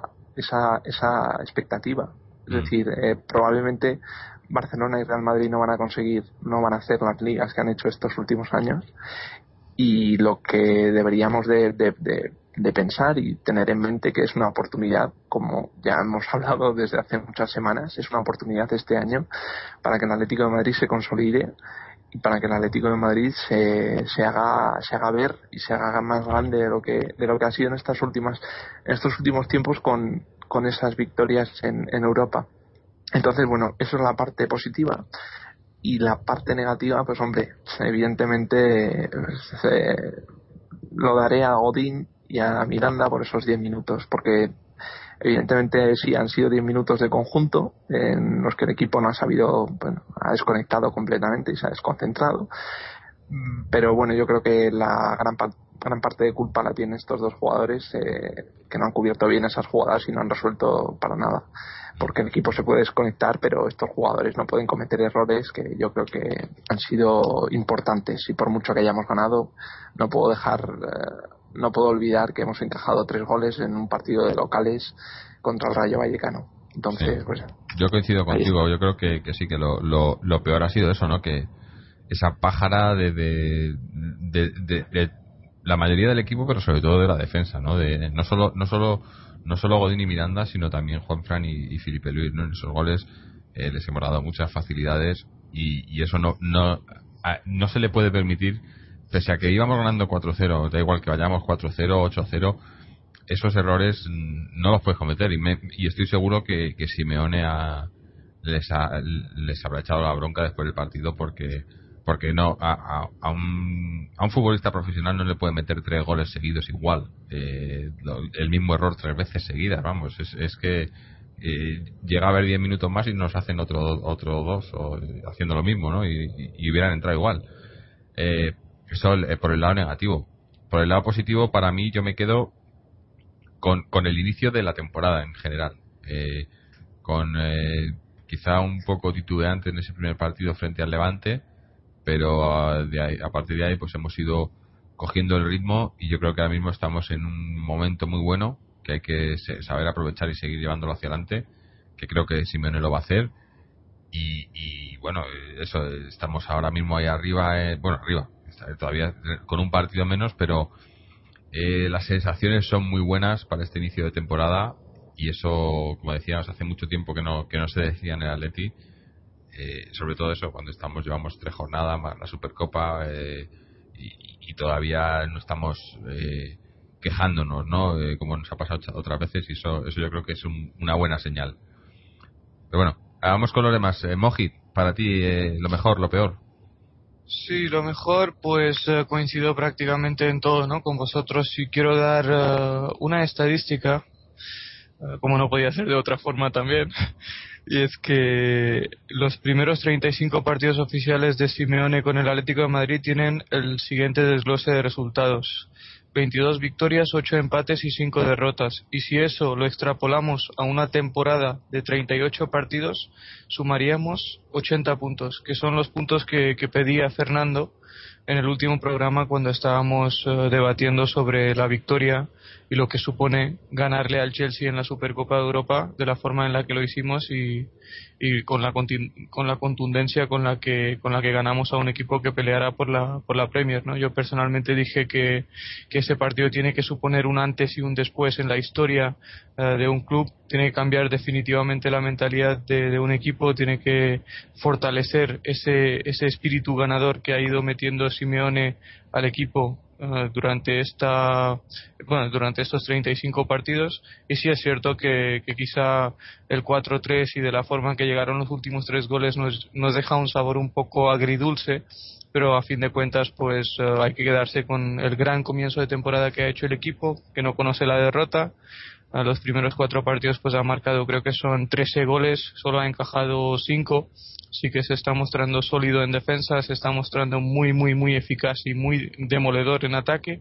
expectativa. Es decir, probablemente Barcelona y Real Madrid no van a hacer las ligas que han hecho estos últimos años, y lo que deberíamos de pensar y tener en mente, que es una oportunidad, como ya hemos hablado desde hace muchas semanas, es una oportunidad este año para que el Atlético de Madrid se consolide y para que el Atlético de Madrid se haga ver y se haga más grande de lo que ha sido en estos últimos tiempos con esas victorias en Europa. Entonces, bueno, eso es la parte positiva. Y la parte negativa, pues hombre, evidentemente lo daré a Godín y a Miranda por esos 10 minutos, porque evidentemente sí han sido 10 minutos de conjunto en los que el equipo no ha sabido, ha desconectado completamente y se ha desconcentrado. Pero bueno, yo creo que la gran parte de culpa la tienen estos dos jugadores, que no han cubierto bien esas jugadas y no han resuelto para nada. Porque el equipo se puede desconectar, pero estos jugadores no pueden cometer errores que yo creo que han sido importantes, y por mucho que hayamos ganado, no puedo olvidar que hemos encajado 3 goles en un partido de locales contra el Rayo Vallecano. Entonces, sí, pues yo coincido contigo. Yo creo que sí, que lo peor ha sido eso, ¿no? Que esa pájara de la mayoría del equipo, pero sobre todo de la defensa, ¿no? De no solo Godín y Miranda, sino también Juanfran y Filipe Luis, ¿no? En esos goles les hemos dado muchas facilidades, y eso no se le puede permitir, pese a que íbamos ganando 4-0, da igual que vayamos 4-0, 8-0, esos errores no los puedes cometer, y estoy seguro que Simeone les habrá echado la bronca después del partido, porque no a un futbolista profesional no le puede meter 3 goles seguidos igual, el mismo error 3 veces seguidas, vamos, es que llega a haber 10 minutos más y nos hacen otro 2 haciendo lo mismo, ¿no? Y hubieran entrado igual. Eso por el lado negativo. Por el lado positivo, para mí, yo me quedo con el inicio de la temporada en general, quizá un poco titubeante en ese primer partido frente al Levante, pero a partir de ahí pues hemos ido cogiendo el ritmo, y yo creo que ahora mismo estamos en un momento muy bueno que hay que saber aprovechar y seguir llevándolo hacia adelante, que creo que Simeone lo va a hacer, y bueno, eso, estamos ahora mismo ahí arriba, todavía con un partido menos, pero las sensaciones son muy buenas para este inicio de temporada, y eso, como decíamos, hace mucho tiempo que no se decía en el Atleti. Sobre todo eso, cuando llevamos 3 jornadas más la Supercopa, y todavía no estamos quejándonos, ¿no? Como nos ha pasado otras veces, y eso yo creo que es una buena señal. Pero bueno, vamos con los demás. Moji, para ti, lo mejor, lo peor. Sí, lo mejor, pues coincido prácticamente en todo, ¿no? Con vosotros. Y quiero dar una estadística, como no podía ser de otra forma también. Y es que los primeros 35 partidos oficiales de Simeone con el Atlético de Madrid tienen el siguiente desglose de resultados. 22 victorias, 8 empates y 5 derrotas. Y si eso lo extrapolamos a una temporada de 38 partidos, sumaríamos 80 puntos, que son los puntos que pedía Fernando en el último programa cuando estábamos debatiendo sobre la victoria y lo que supone ganarle al Chelsea en la Supercopa de Europa de la forma en la que lo hicimos y con la contundencia con la que ganamos a un equipo que peleará por la Premier, ¿no? Yo personalmente dije que ese partido tiene que suponer un antes y un después en la historia de un club, tiene que cambiar definitivamente la mentalidad de un equipo, tiene que fortalecer ese espíritu ganador que ha ido metiendo Simeone al equipo durante estos 35 partidos. Y sí es cierto que quizá el 4-3 y de la forma en que llegaron los últimos 3 goles nos deja un sabor un poco agridulce, pero a fin de cuentas pues hay que quedarse con el gran comienzo de temporada que ha hecho el equipo, que no conoce la derrota. A los primeros 4 partidos pues ha marcado, creo que son 13 goles, solo ha encajado 5. Sí que se está mostrando sólido en defensa, se está mostrando muy muy muy eficaz y muy demoledor en ataque,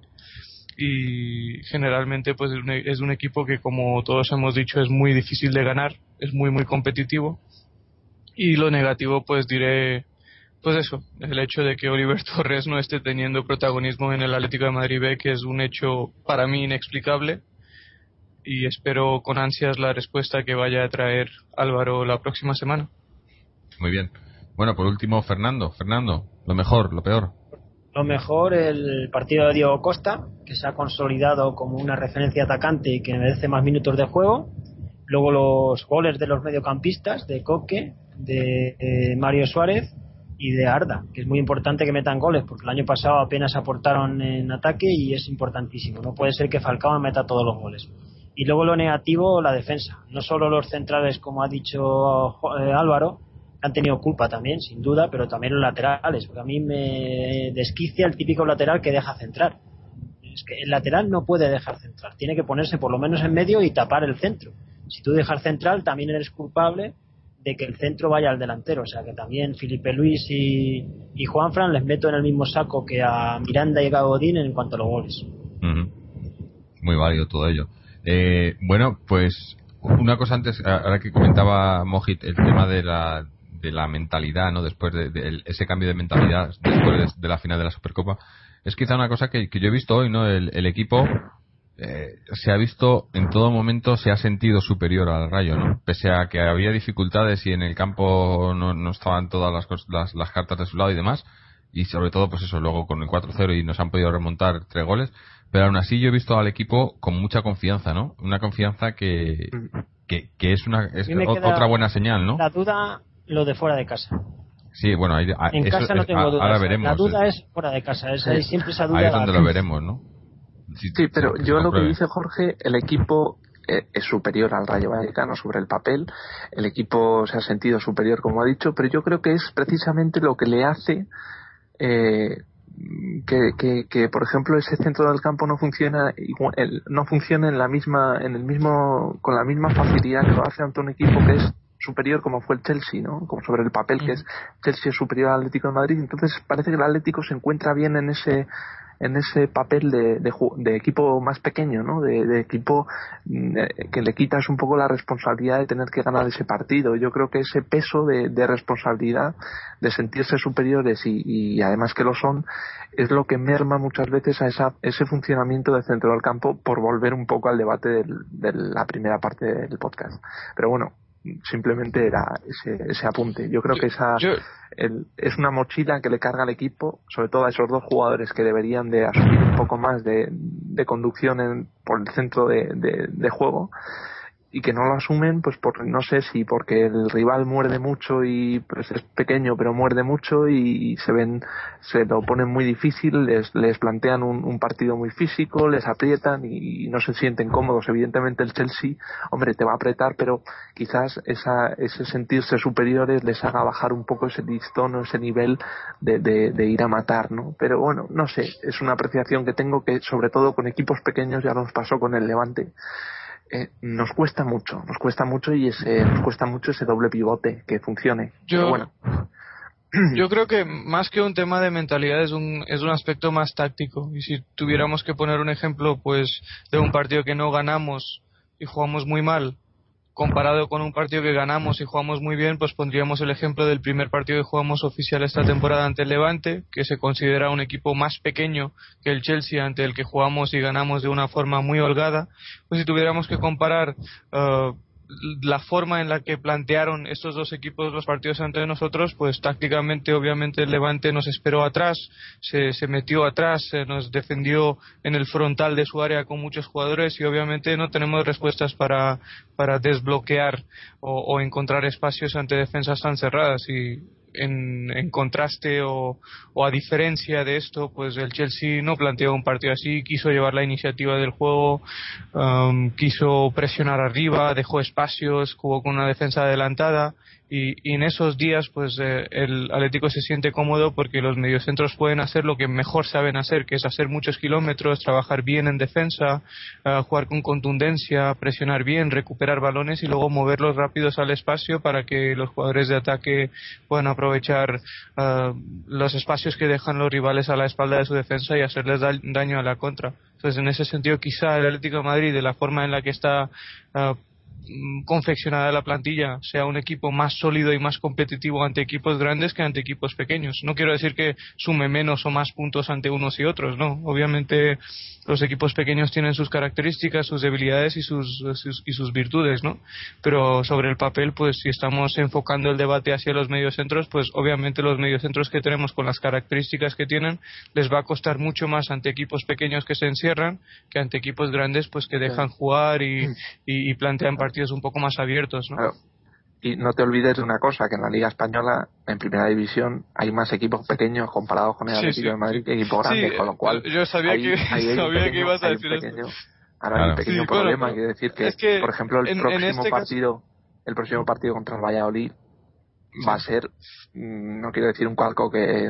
y generalmente pues es un equipo que, como todos hemos dicho, es muy difícil de ganar, es muy muy competitivo. Y lo negativo pues diré pues eso, el hecho de que Oliver Torres no esté teniendo protagonismo en el Atlético de Madrid B, que es un hecho para mí inexplicable, y espero con ansias la respuesta que vaya a traer Álvaro la próxima semana. Muy bien. Bueno, por último, Fernando, lo mejor, lo peor. Lo mejor, el partido de Diego Costa, que se ha consolidado como una referencia atacante y que merece más minutos de juego. Luego los goles de los mediocampistas, de Coque, de Mario Suárez y de Arda, que es muy importante que metan goles, porque el año pasado apenas aportaron en ataque y es importantísimo. No puede ser que Falcao meta todos los goles. Y luego lo negativo, la defensa. No solo los centrales, como ha dicho Álvaro, han tenido culpa también, sin duda, pero también los laterales, porque a mí me desquicia el típico lateral que deja centrar. Es que el lateral no puede dejar centrar, tiene que ponerse por lo menos en medio y tapar el centro. Si tú dejas central, también eres culpable de que el centro vaya al delantero. O sea que también Felipe Luis y Juanfran les meto en el mismo saco que a Miranda y Godín en cuanto a los goles. Muy válido todo ello. Bueno, pues una cosa antes, ahora que comentaba Mojit el tema de la mentalidad, ¿no? Después de ese cambio de mentalidad después de la final de la Supercopa, es quizá una cosa que yo he visto hoy, ¿no? El equipo se ha visto en todo momento, se ha sentido superior al Rayo, ¿no? Pese a que había dificultades y en el campo no estaban todas las cartas de su lado y demás, y sobre todo pues eso, luego con el 4-0 y nos han podido remontar 3 goles, pero aún así yo he visto al equipo con mucha confianza, ¿no? Una confianza que es otra buena señal, ¿no? La duda, lo de fuera de casa. Sí, bueno, ahí, en eso casa no tengo dudas. Ahora veremos. La duda es fuera de casa, hay siempre esa duda. Ahí es donde lo veremos, ¿no? Sí, pero yo lo que dice Jorge, el equipo es superior al Rayo Vallecano sobre el papel, el equipo se ha sentido superior, como ha dicho, pero yo creo que es precisamente lo que le hace que por ejemplo ese centro del campo no funciona con la misma facilidad que lo hace ante un equipo que es superior, como fue el Chelsea, ¿no? Como sobre el papel que es Chelsea es superior al Atlético de Madrid. Entonces parece que el Atlético se encuentra bien en ese papel de equipo más pequeño, ¿no? De equipo que le quitas un poco la responsabilidad de tener que ganar ese partido. Yo creo que ese peso de responsabilidad, de sentirse superiores y además que lo son, es lo que merma muchas veces a ese funcionamiento del centro del campo, por volver un poco al debate de la primera parte del podcast. Pero bueno, simplemente era ese apunte. Yo creo que es una mochila que le carga al equipo, sobre todo a esos dos jugadores que deberían de asumir un poco más de conducción por el centro de juego, y que no lo asumen, pues no sé si porque el rival muerde mucho y pues es pequeño pero muerde mucho y se lo ponen muy difícil, les plantean un partido muy físico, les aprietan y no se sienten cómodos. Evidentemente el Chelsea, hombre, te va a apretar, pero quizás ese sentirse superiores les haga bajar un poco ese listón o ese nivel de ir a matar, ¿no? Pero bueno, no sé, es una apreciación que tengo, que sobre todo con equipos pequeños, ya nos pasó con el Levante, nos cuesta mucho y nos cuesta mucho ese doble pivote que funcione. Pero bueno, Yo creo que más que un tema de mentalidad es un aspecto más táctico. Y si tuviéramos que poner un ejemplo, pues, de un partido que no ganamos y jugamos muy mal, comparado con un partido que ganamos y jugamos muy bien, pues pondríamos el ejemplo del primer partido que jugamos oficial esta temporada ante el Levante, que se considera un equipo más pequeño que el Chelsea, ante el que jugamos y ganamos de una forma muy holgada. Pues si tuviéramos que comparar la forma en la que plantearon estos dos equipos los partidos ante nosotros, pues tácticamente obviamente el Levante nos esperó atrás, se metió atrás, se nos defendió en el frontal de su área con muchos jugadores y obviamente no tenemos respuestas para desbloquear o encontrar espacios ante defensas tan cerradas. Y en contraste o a diferencia de esto, pues el Chelsea no planteó un partido así, quiso llevar la iniciativa del juego, quiso presionar arriba, dejó espacios, jugó con una defensa adelantada y en esos días pues el Atlético se siente cómodo porque los mediocentros pueden hacer lo que mejor saben hacer, que es hacer muchos kilómetros, trabajar bien en defensa, jugar con contundencia, presionar bien, recuperar balones y luego moverlos rápidos al espacio para que los jugadores de ataque puedan aprovechar los espacios que dejan los rivales a la espalda de su defensa y hacerles daño a la contra. Entonces, en ese sentido, quizá el Atlético de Madrid, de la forma en la que está confeccionada la plantilla, sea un equipo más sólido y más competitivo ante equipos grandes que ante equipos pequeños. No quiero decir que sume menos o más puntos ante unos y otros, no. Obviamente los equipos pequeños tienen sus características, sus debilidades y sus virtudes, ¿no? Pero sobre el papel, pues si estamos enfocando el debate hacia los mediocentros, pues obviamente los mediocentros que tenemos con las características que tienen les va a costar mucho más ante equipos pequeños que se encierran que ante equipos grandes pues que dejan jugar y plantean partidos un poco más abiertos, ¿no? Claro. Y no te olvides de una cosa, que en la Liga Española, en Primera División, hay más equipos pequeños comparados con el Atlético de Madrid que equipos grandes, con lo cual... Yo sabía que ibas a decir eso. Ahora hay un pequeño problema, quiero decir que, por ejemplo, el próximo partido contra el Valladolid va a ser, no quiero decir un calco que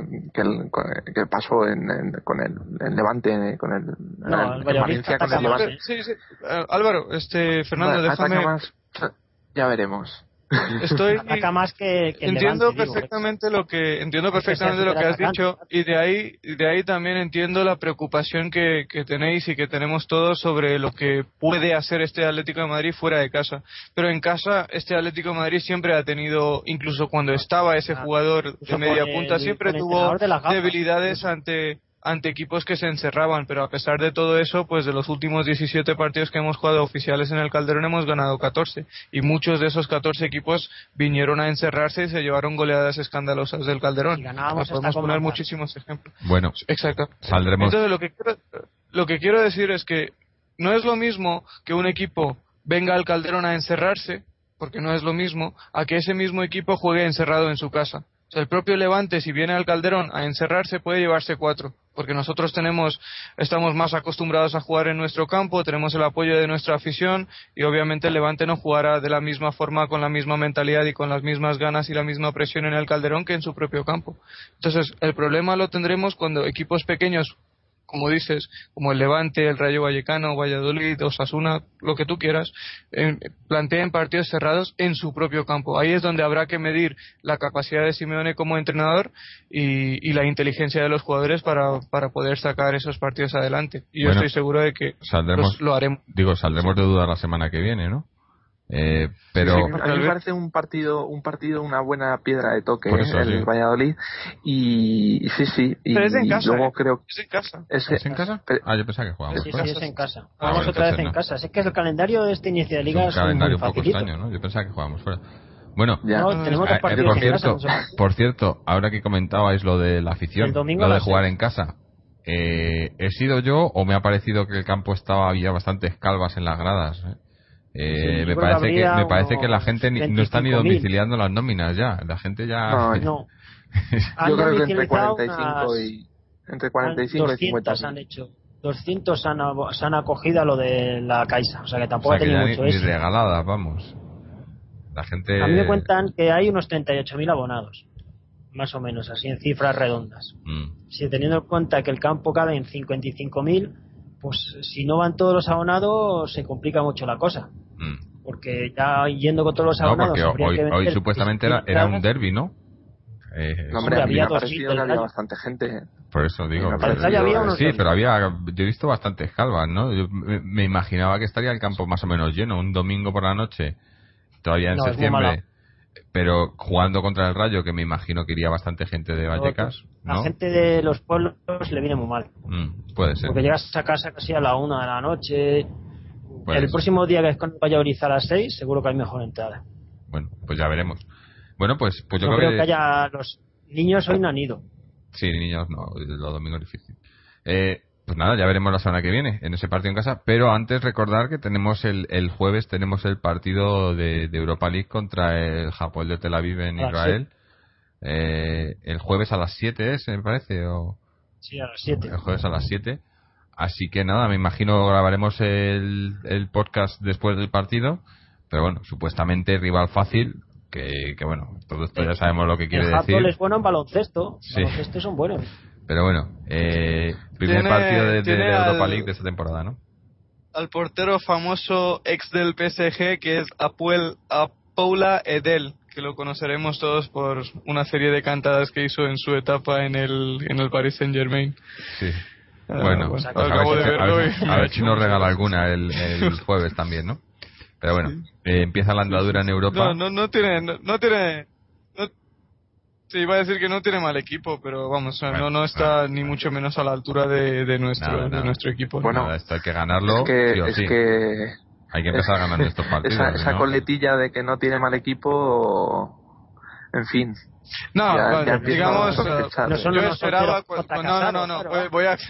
pasó con el Levante, con el Valencia, con el Levante. Álvaro, Fernando, déjame... Más, ya veremos. Ataca más que entiendo perfectamente lo que has dicho y de ahí también entiendo la preocupación que tenéis y que tenemos todos sobre lo que puede hacer este Atlético de Madrid fuera de casa, pero en casa este Atlético de Madrid siempre ha tenido, incluso cuando estaba ese jugador de media punta, siempre tuvo debilidades ante equipos que se encerraban, pero a pesar de todo eso, pues de los últimos 17 partidos que hemos jugado oficiales en el Calderón hemos ganado 14 y muchos de esos 14 equipos vinieron a encerrarse y se llevaron goleadas escandalosas del Calderón. Podemos poner muchísimos ejemplos. Bueno, exacto. Saldremos. Entonces lo que quiero decir es que no es lo mismo que un equipo venga al Calderón a encerrarse, porque no es lo mismo, a que ese mismo equipo juegue encerrado en su casa. O sea, el propio Levante, si viene al Calderón a encerrarse, puede llevarse 4, porque nosotros estamos más acostumbrados a jugar en nuestro campo, tenemos el apoyo de nuestra afición y obviamente el Levante no jugará de la misma forma, con la misma mentalidad y con las mismas ganas y la misma presión en el Calderón que en su propio campo. Entonces, el problema lo tendremos cuando equipos pequeños, como dices, como el Levante, el Rayo Vallecano, Valladolid, Osasuna, lo que tú quieras, planteen partidos cerrados en su propio campo. Ahí es donde habrá que medir la capacidad de Simeone como entrenador y la inteligencia de los jugadores para poder sacar esos partidos adelante. Y yo estoy seguro de que lo haremos. Saldremos de duda la semana que viene, ¿no? Pero a mí me parece un partido una buena piedra de toque, el Valladolid, y sí, pero es en casa, luego creo es en casa. ¿Es en casa? Yo pensaba que jugábamos fuera. Sí, es en casa. Jugamos otra vez en casa. Es que el calendario de este inicio de liga es un calendario muy un poco extraño, ¿no? Yo pensaba que jugáamos fuera. Bueno, tenemos dos partidos por cierto, ahora que comentabais lo de la afición, lo de jugar en casa, ¿he sido yo o me ha parecido que el campo había bastantes calvas en las gradas? Me parece que la gente no está ni domiciliando las nóminas ya. La gente ya... No. Yo creo que entre 45 y 200 y 50 han hecho. 200 se han acogido a lo de la Caixa. O sea que tampoco ha tenido mucho ni regaladas, vamos. La gente... A mí me cuentan que hay unos 38.000 abonados. Más o menos, así en cifras redondas. Si teniendo en cuenta que el campo cabe en 55.000, pues si no van todos los abonados se complica mucho la cosa. Porque ya yendo con todos los abonados... porque hoy supuestamente era un derbi, ¿no? No, hombre, a mí me había ha parecido 2000 que había del bastante gente. Por eso digo. En el pero- Estadio había unos sí, 2000. pero yo he visto bastantes calvas, ¿no? Yo me imaginaba que estaría el campo más o menos lleno, un domingo por la noche, todavía en No, es muy mala. septiembre, pero jugando contra el Rayo, que me imagino que iría bastante gente de Vallecas, La ¿no? gente de los pueblos le viene muy mal. Puede ser. Porque llegas a casa casi a la 1 de la noche. Puede El ser. próximo día que es con Valladolid a las 6, seguro que hay mejor entrada. Bueno, pues ya veremos. Bueno, pues yo No creo creo que haya. Los niños hoy no han ido. Sí, niños, no, los domingos es difícil. Pues nada, ya veremos la semana que viene en ese partido en casa. Pero antes recordar que tenemos el jueves tenemos el partido de Europa League contra el Hapoel de Tel Aviv en A las Israel. El jueves a las 7 es, me parece, o Sí, a las 7. el jueves a las 7. Así que nada, me imagino grabaremos el podcast después del partido. Pero bueno, supuestamente rival fácil. Que bueno, todo esto ya sabemos lo que quiere El decir. Hapoel es bueno en baloncesto. Sí. Baloncesto son buenos. Pero bueno, primer partido de Europa League de esta temporada, ¿no? Al portero famoso ex del PSG, que es Paula Edel, que lo conoceremos todos por una serie de cantadas que hizo en su etapa en el Paris Saint-Germain. Sí. Bueno, pues acabo de verlo a ver si nos regala alguna el jueves también, ¿no? Pero bueno, empieza la andadura en Europa. No tiene. Sí, iba a decir que no tiene mal equipo, pero vamos, Bueno, no está ni mucho menos a la altura de nuestro equipo. Bueno, nada, esto hay que ganarlo. Es que hay que empezar ganando estos partidos. esa ¿no? coletilla de que no tiene mal equipo, en fin. No, ya vale, empiezo digamos, a sospechar. no son yo unos esperaba solteros no, fracasados, voy a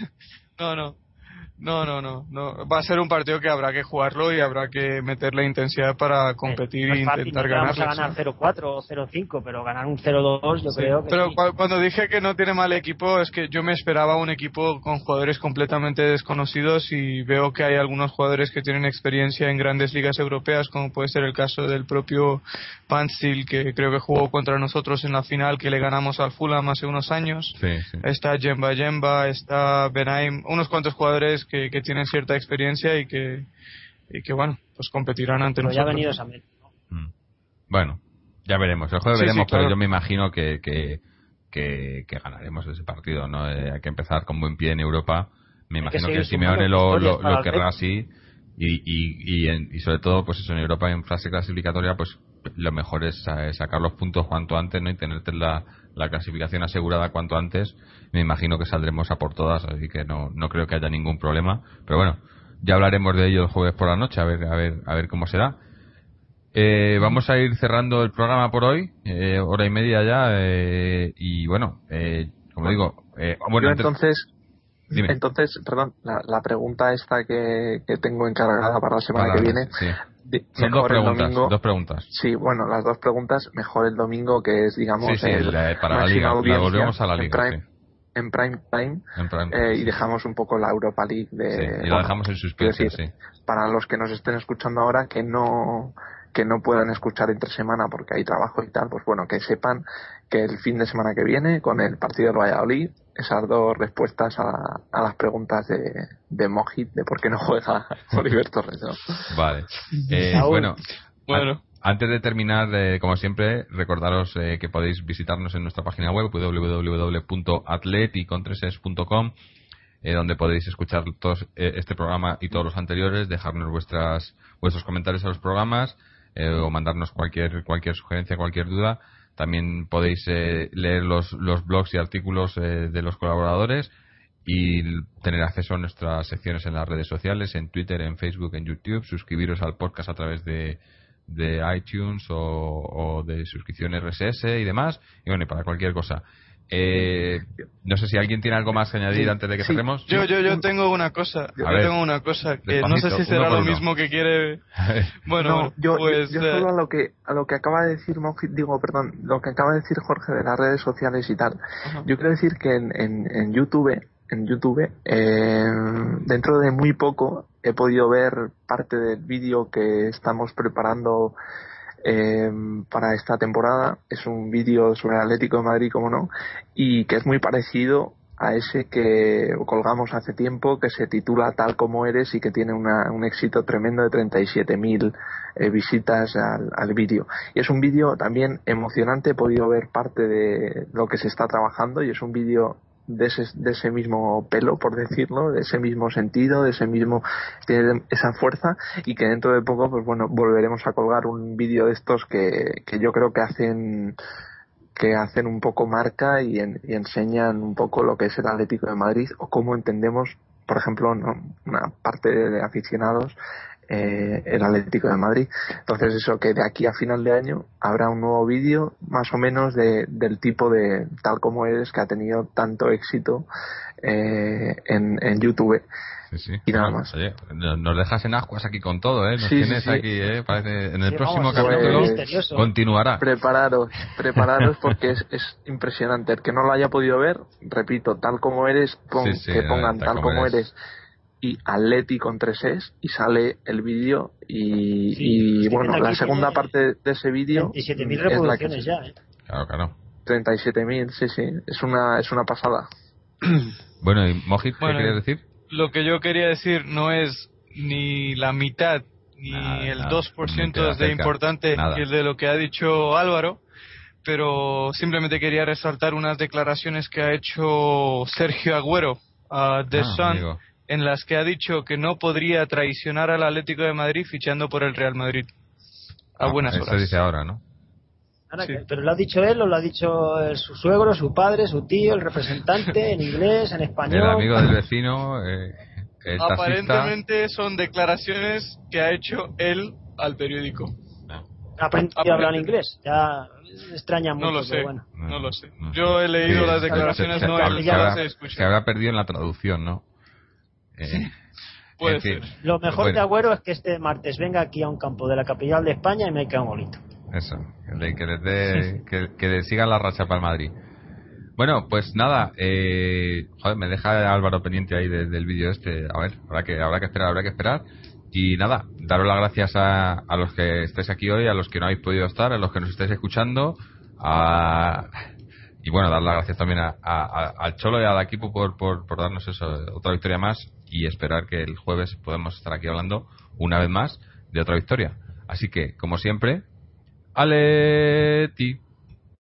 no, va a ser un partido que habrá que jugarlo y habrá que meterle intensidad para competir No e es fácil, intentar no te vamos ganar. a ganar 0-4 o 0-5, pero ganar un 0-2 yo creo que pero sí. cuando dije que no tiene mal equipo, es que yo me esperaba un equipo con jugadores completamente desconocidos, y veo que hay algunos jugadores que tienen experiencia en grandes ligas europeas, como puede ser el caso del propio Pansil, que creo que jugó contra nosotros en la final que le ganamos al Fulham hace unos años. Sí. Está Jemba, está Benaim, unos cuantos jugadores que tienen cierta experiencia y que bueno, pues competirán ante pero ya ha nosotros. venido esa meta. Bueno, ya veremos. El jueves Sí, veremos, claro. pero yo me imagino que ganaremos ese partido, ¿no? Hay que empezar con buen pie en Europa. Me Hay que imagino que seguir Simeone sumando victorias para lo el querrá Betis. así. Y sobre todo, pues eso, en Europa, en fase clasificatoria, pues lo mejor es sacar los puntos cuanto antes, ¿no? Y tenerte la clasificación asegurada cuanto antes. Me imagino que saldremos a por todas, así que no creo que haya ningún problema. Pero bueno, ya hablaremos de ello el jueves por la noche, a ver cómo será. Vamos a ir cerrando el programa por hoy, hora y media ya, y bueno, como digo, bueno, Yo dime. entonces, perdón, la pregunta esta que tengo encargada para la semana Para- que viene. sí. Son Mejor el domingo. dos preguntas. Sí, bueno, las dos preguntas. Mejor el domingo, que es, digamos, Sí, para la máxima liga. La audiencia volvemos a la liga, en prime time. En prime time, Y sí. dejamos un poco la Europa League Y la dejamos en suspense, quiero decir, para los que nos estén escuchando ahora que no puedan escuchar entre semana porque hay trabajo y tal, pues bueno, que sepan que el fin de semana que viene, con el partido del Valladolid, esas dos respuestas a las preguntas de Mojit, de por qué no juega Oliver Torres, ¿no? Vale. Saúl. Bueno. Antes de terminar, como siempre, recordaros que podéis visitarnos en nuestra página web www.atleticontreses.com, donde podéis escuchar este programa y todos los anteriores, dejarnos vuestros comentarios a los programas, o mandarnos cualquier sugerencia, cualquier duda. También podéis leer los blogs y artículos de los colaboradores y tener acceso a nuestras secciones en las redes sociales, en Twitter, en Facebook, en YouTube, suscribiros al podcast a través de iTunes o de suscripción RSS y demás, y bueno, y para cualquier cosa. No sé si alguien tiene algo más que añadir antes de que cerremos. Yo tengo una cosa. Tengo una cosa que despacito, no sé si será uno por lo uno. mismo que quiere. Bueno, No, yo pues solo a lo que acaba de decir Mojit, lo que acaba de decir Jorge de las redes sociales y tal. Ajá. Yo quiero decir que en YouTube, dentro de muy poco he podido ver parte del vídeo que estamos preparando para esta temporada. Es un vídeo sobre el Atlético de Madrid, como no, y que es muy parecido a ese que colgamos hace tiempo, que se titula Tal como eres y que tiene un éxito tremendo de 37.000 visitas al vídeo. Y es un vídeo también emocionante, he podido ver parte de lo que se está trabajando y es un vídeo de ese mismo pelo, por decirlo, de ese mismo sentido, de ese mismo, tiene esa fuerza, y que dentro de poco, pues bueno, volveremos a colgar un vídeo de estos que yo creo que hacen un poco marca y enseñan un poco lo que es el Atlético de Madrid o cómo entendemos, por ejemplo, ¿no?, una parte de aficionados el Atlético de Madrid. Entonces eso, que de aquí a final de año habrá un nuevo vídeo más o menos del tipo de Tal como eres, que ha tenido tanto éxito en YouTube. Sí. Y nada más. Oye, nos dejas en ascuas aquí con todo, ¿eh? Nos Sí, tienes sí. aquí, ¿eh? Parece, en el próximo vamos, capítulo misterioso. continuará. Prepararos porque es impresionante. El que no lo haya podido ver, repito, Tal como eres, que pongan Tal como eres y Atleti con 3 es y sale el vídeo y bueno, la segunda parte de ese vídeo 37.000 reproducciones ya, ¿eh? Claro. 37.000, sí, es una pasada. Bueno, y Mojit, ¿qué querías decir? Lo que yo quería decir no es ni la mitad ni el 2% de importante que de lo que ha dicho Álvaro, pero simplemente quería resaltar unas declaraciones que ha hecho Sergio Agüero a The Sun, amigo, en las que ha dicho que no podría traicionar al Atlético de Madrid fichando por el Real Madrid a buenas horas. Eso dice ahora, ¿no? Sí. ¿Pero lo ha dicho él o lo ha dicho su suegro, su padre, su tío, el representante, en inglés, en español? El amigo del vecino, el taxista. Aparentemente son declaraciones que ha hecho él al periódico. ¿Ha aprendido a hablar inglés? Ya me extraña mucho. No lo sé, pero bueno. no lo sé. Yo he leído las declaraciones, no las he escuchado. Se habrá perdido en la traducción, ¿no? Puede ser. Lo mejor de Agüero es que este martes venga aquí a un campo de la capital de España y me queda un golito. Eso, que le siga la racha para el Madrid. Bueno, pues nada, me deja Álvaro pendiente ahí del vídeo este. A ver, habrá que esperar. Y nada, daros las gracias a los que estáis aquí hoy, a los que no habéis podido estar, a los que nos estáis escuchando. Y bueno, dar las gracias también al Cholo y al equipo por darnos eso, otra victoria más, y esperar que el jueves podamos estar aquí hablando una vez más de otra victoria. Así que, como siempre, Atleti.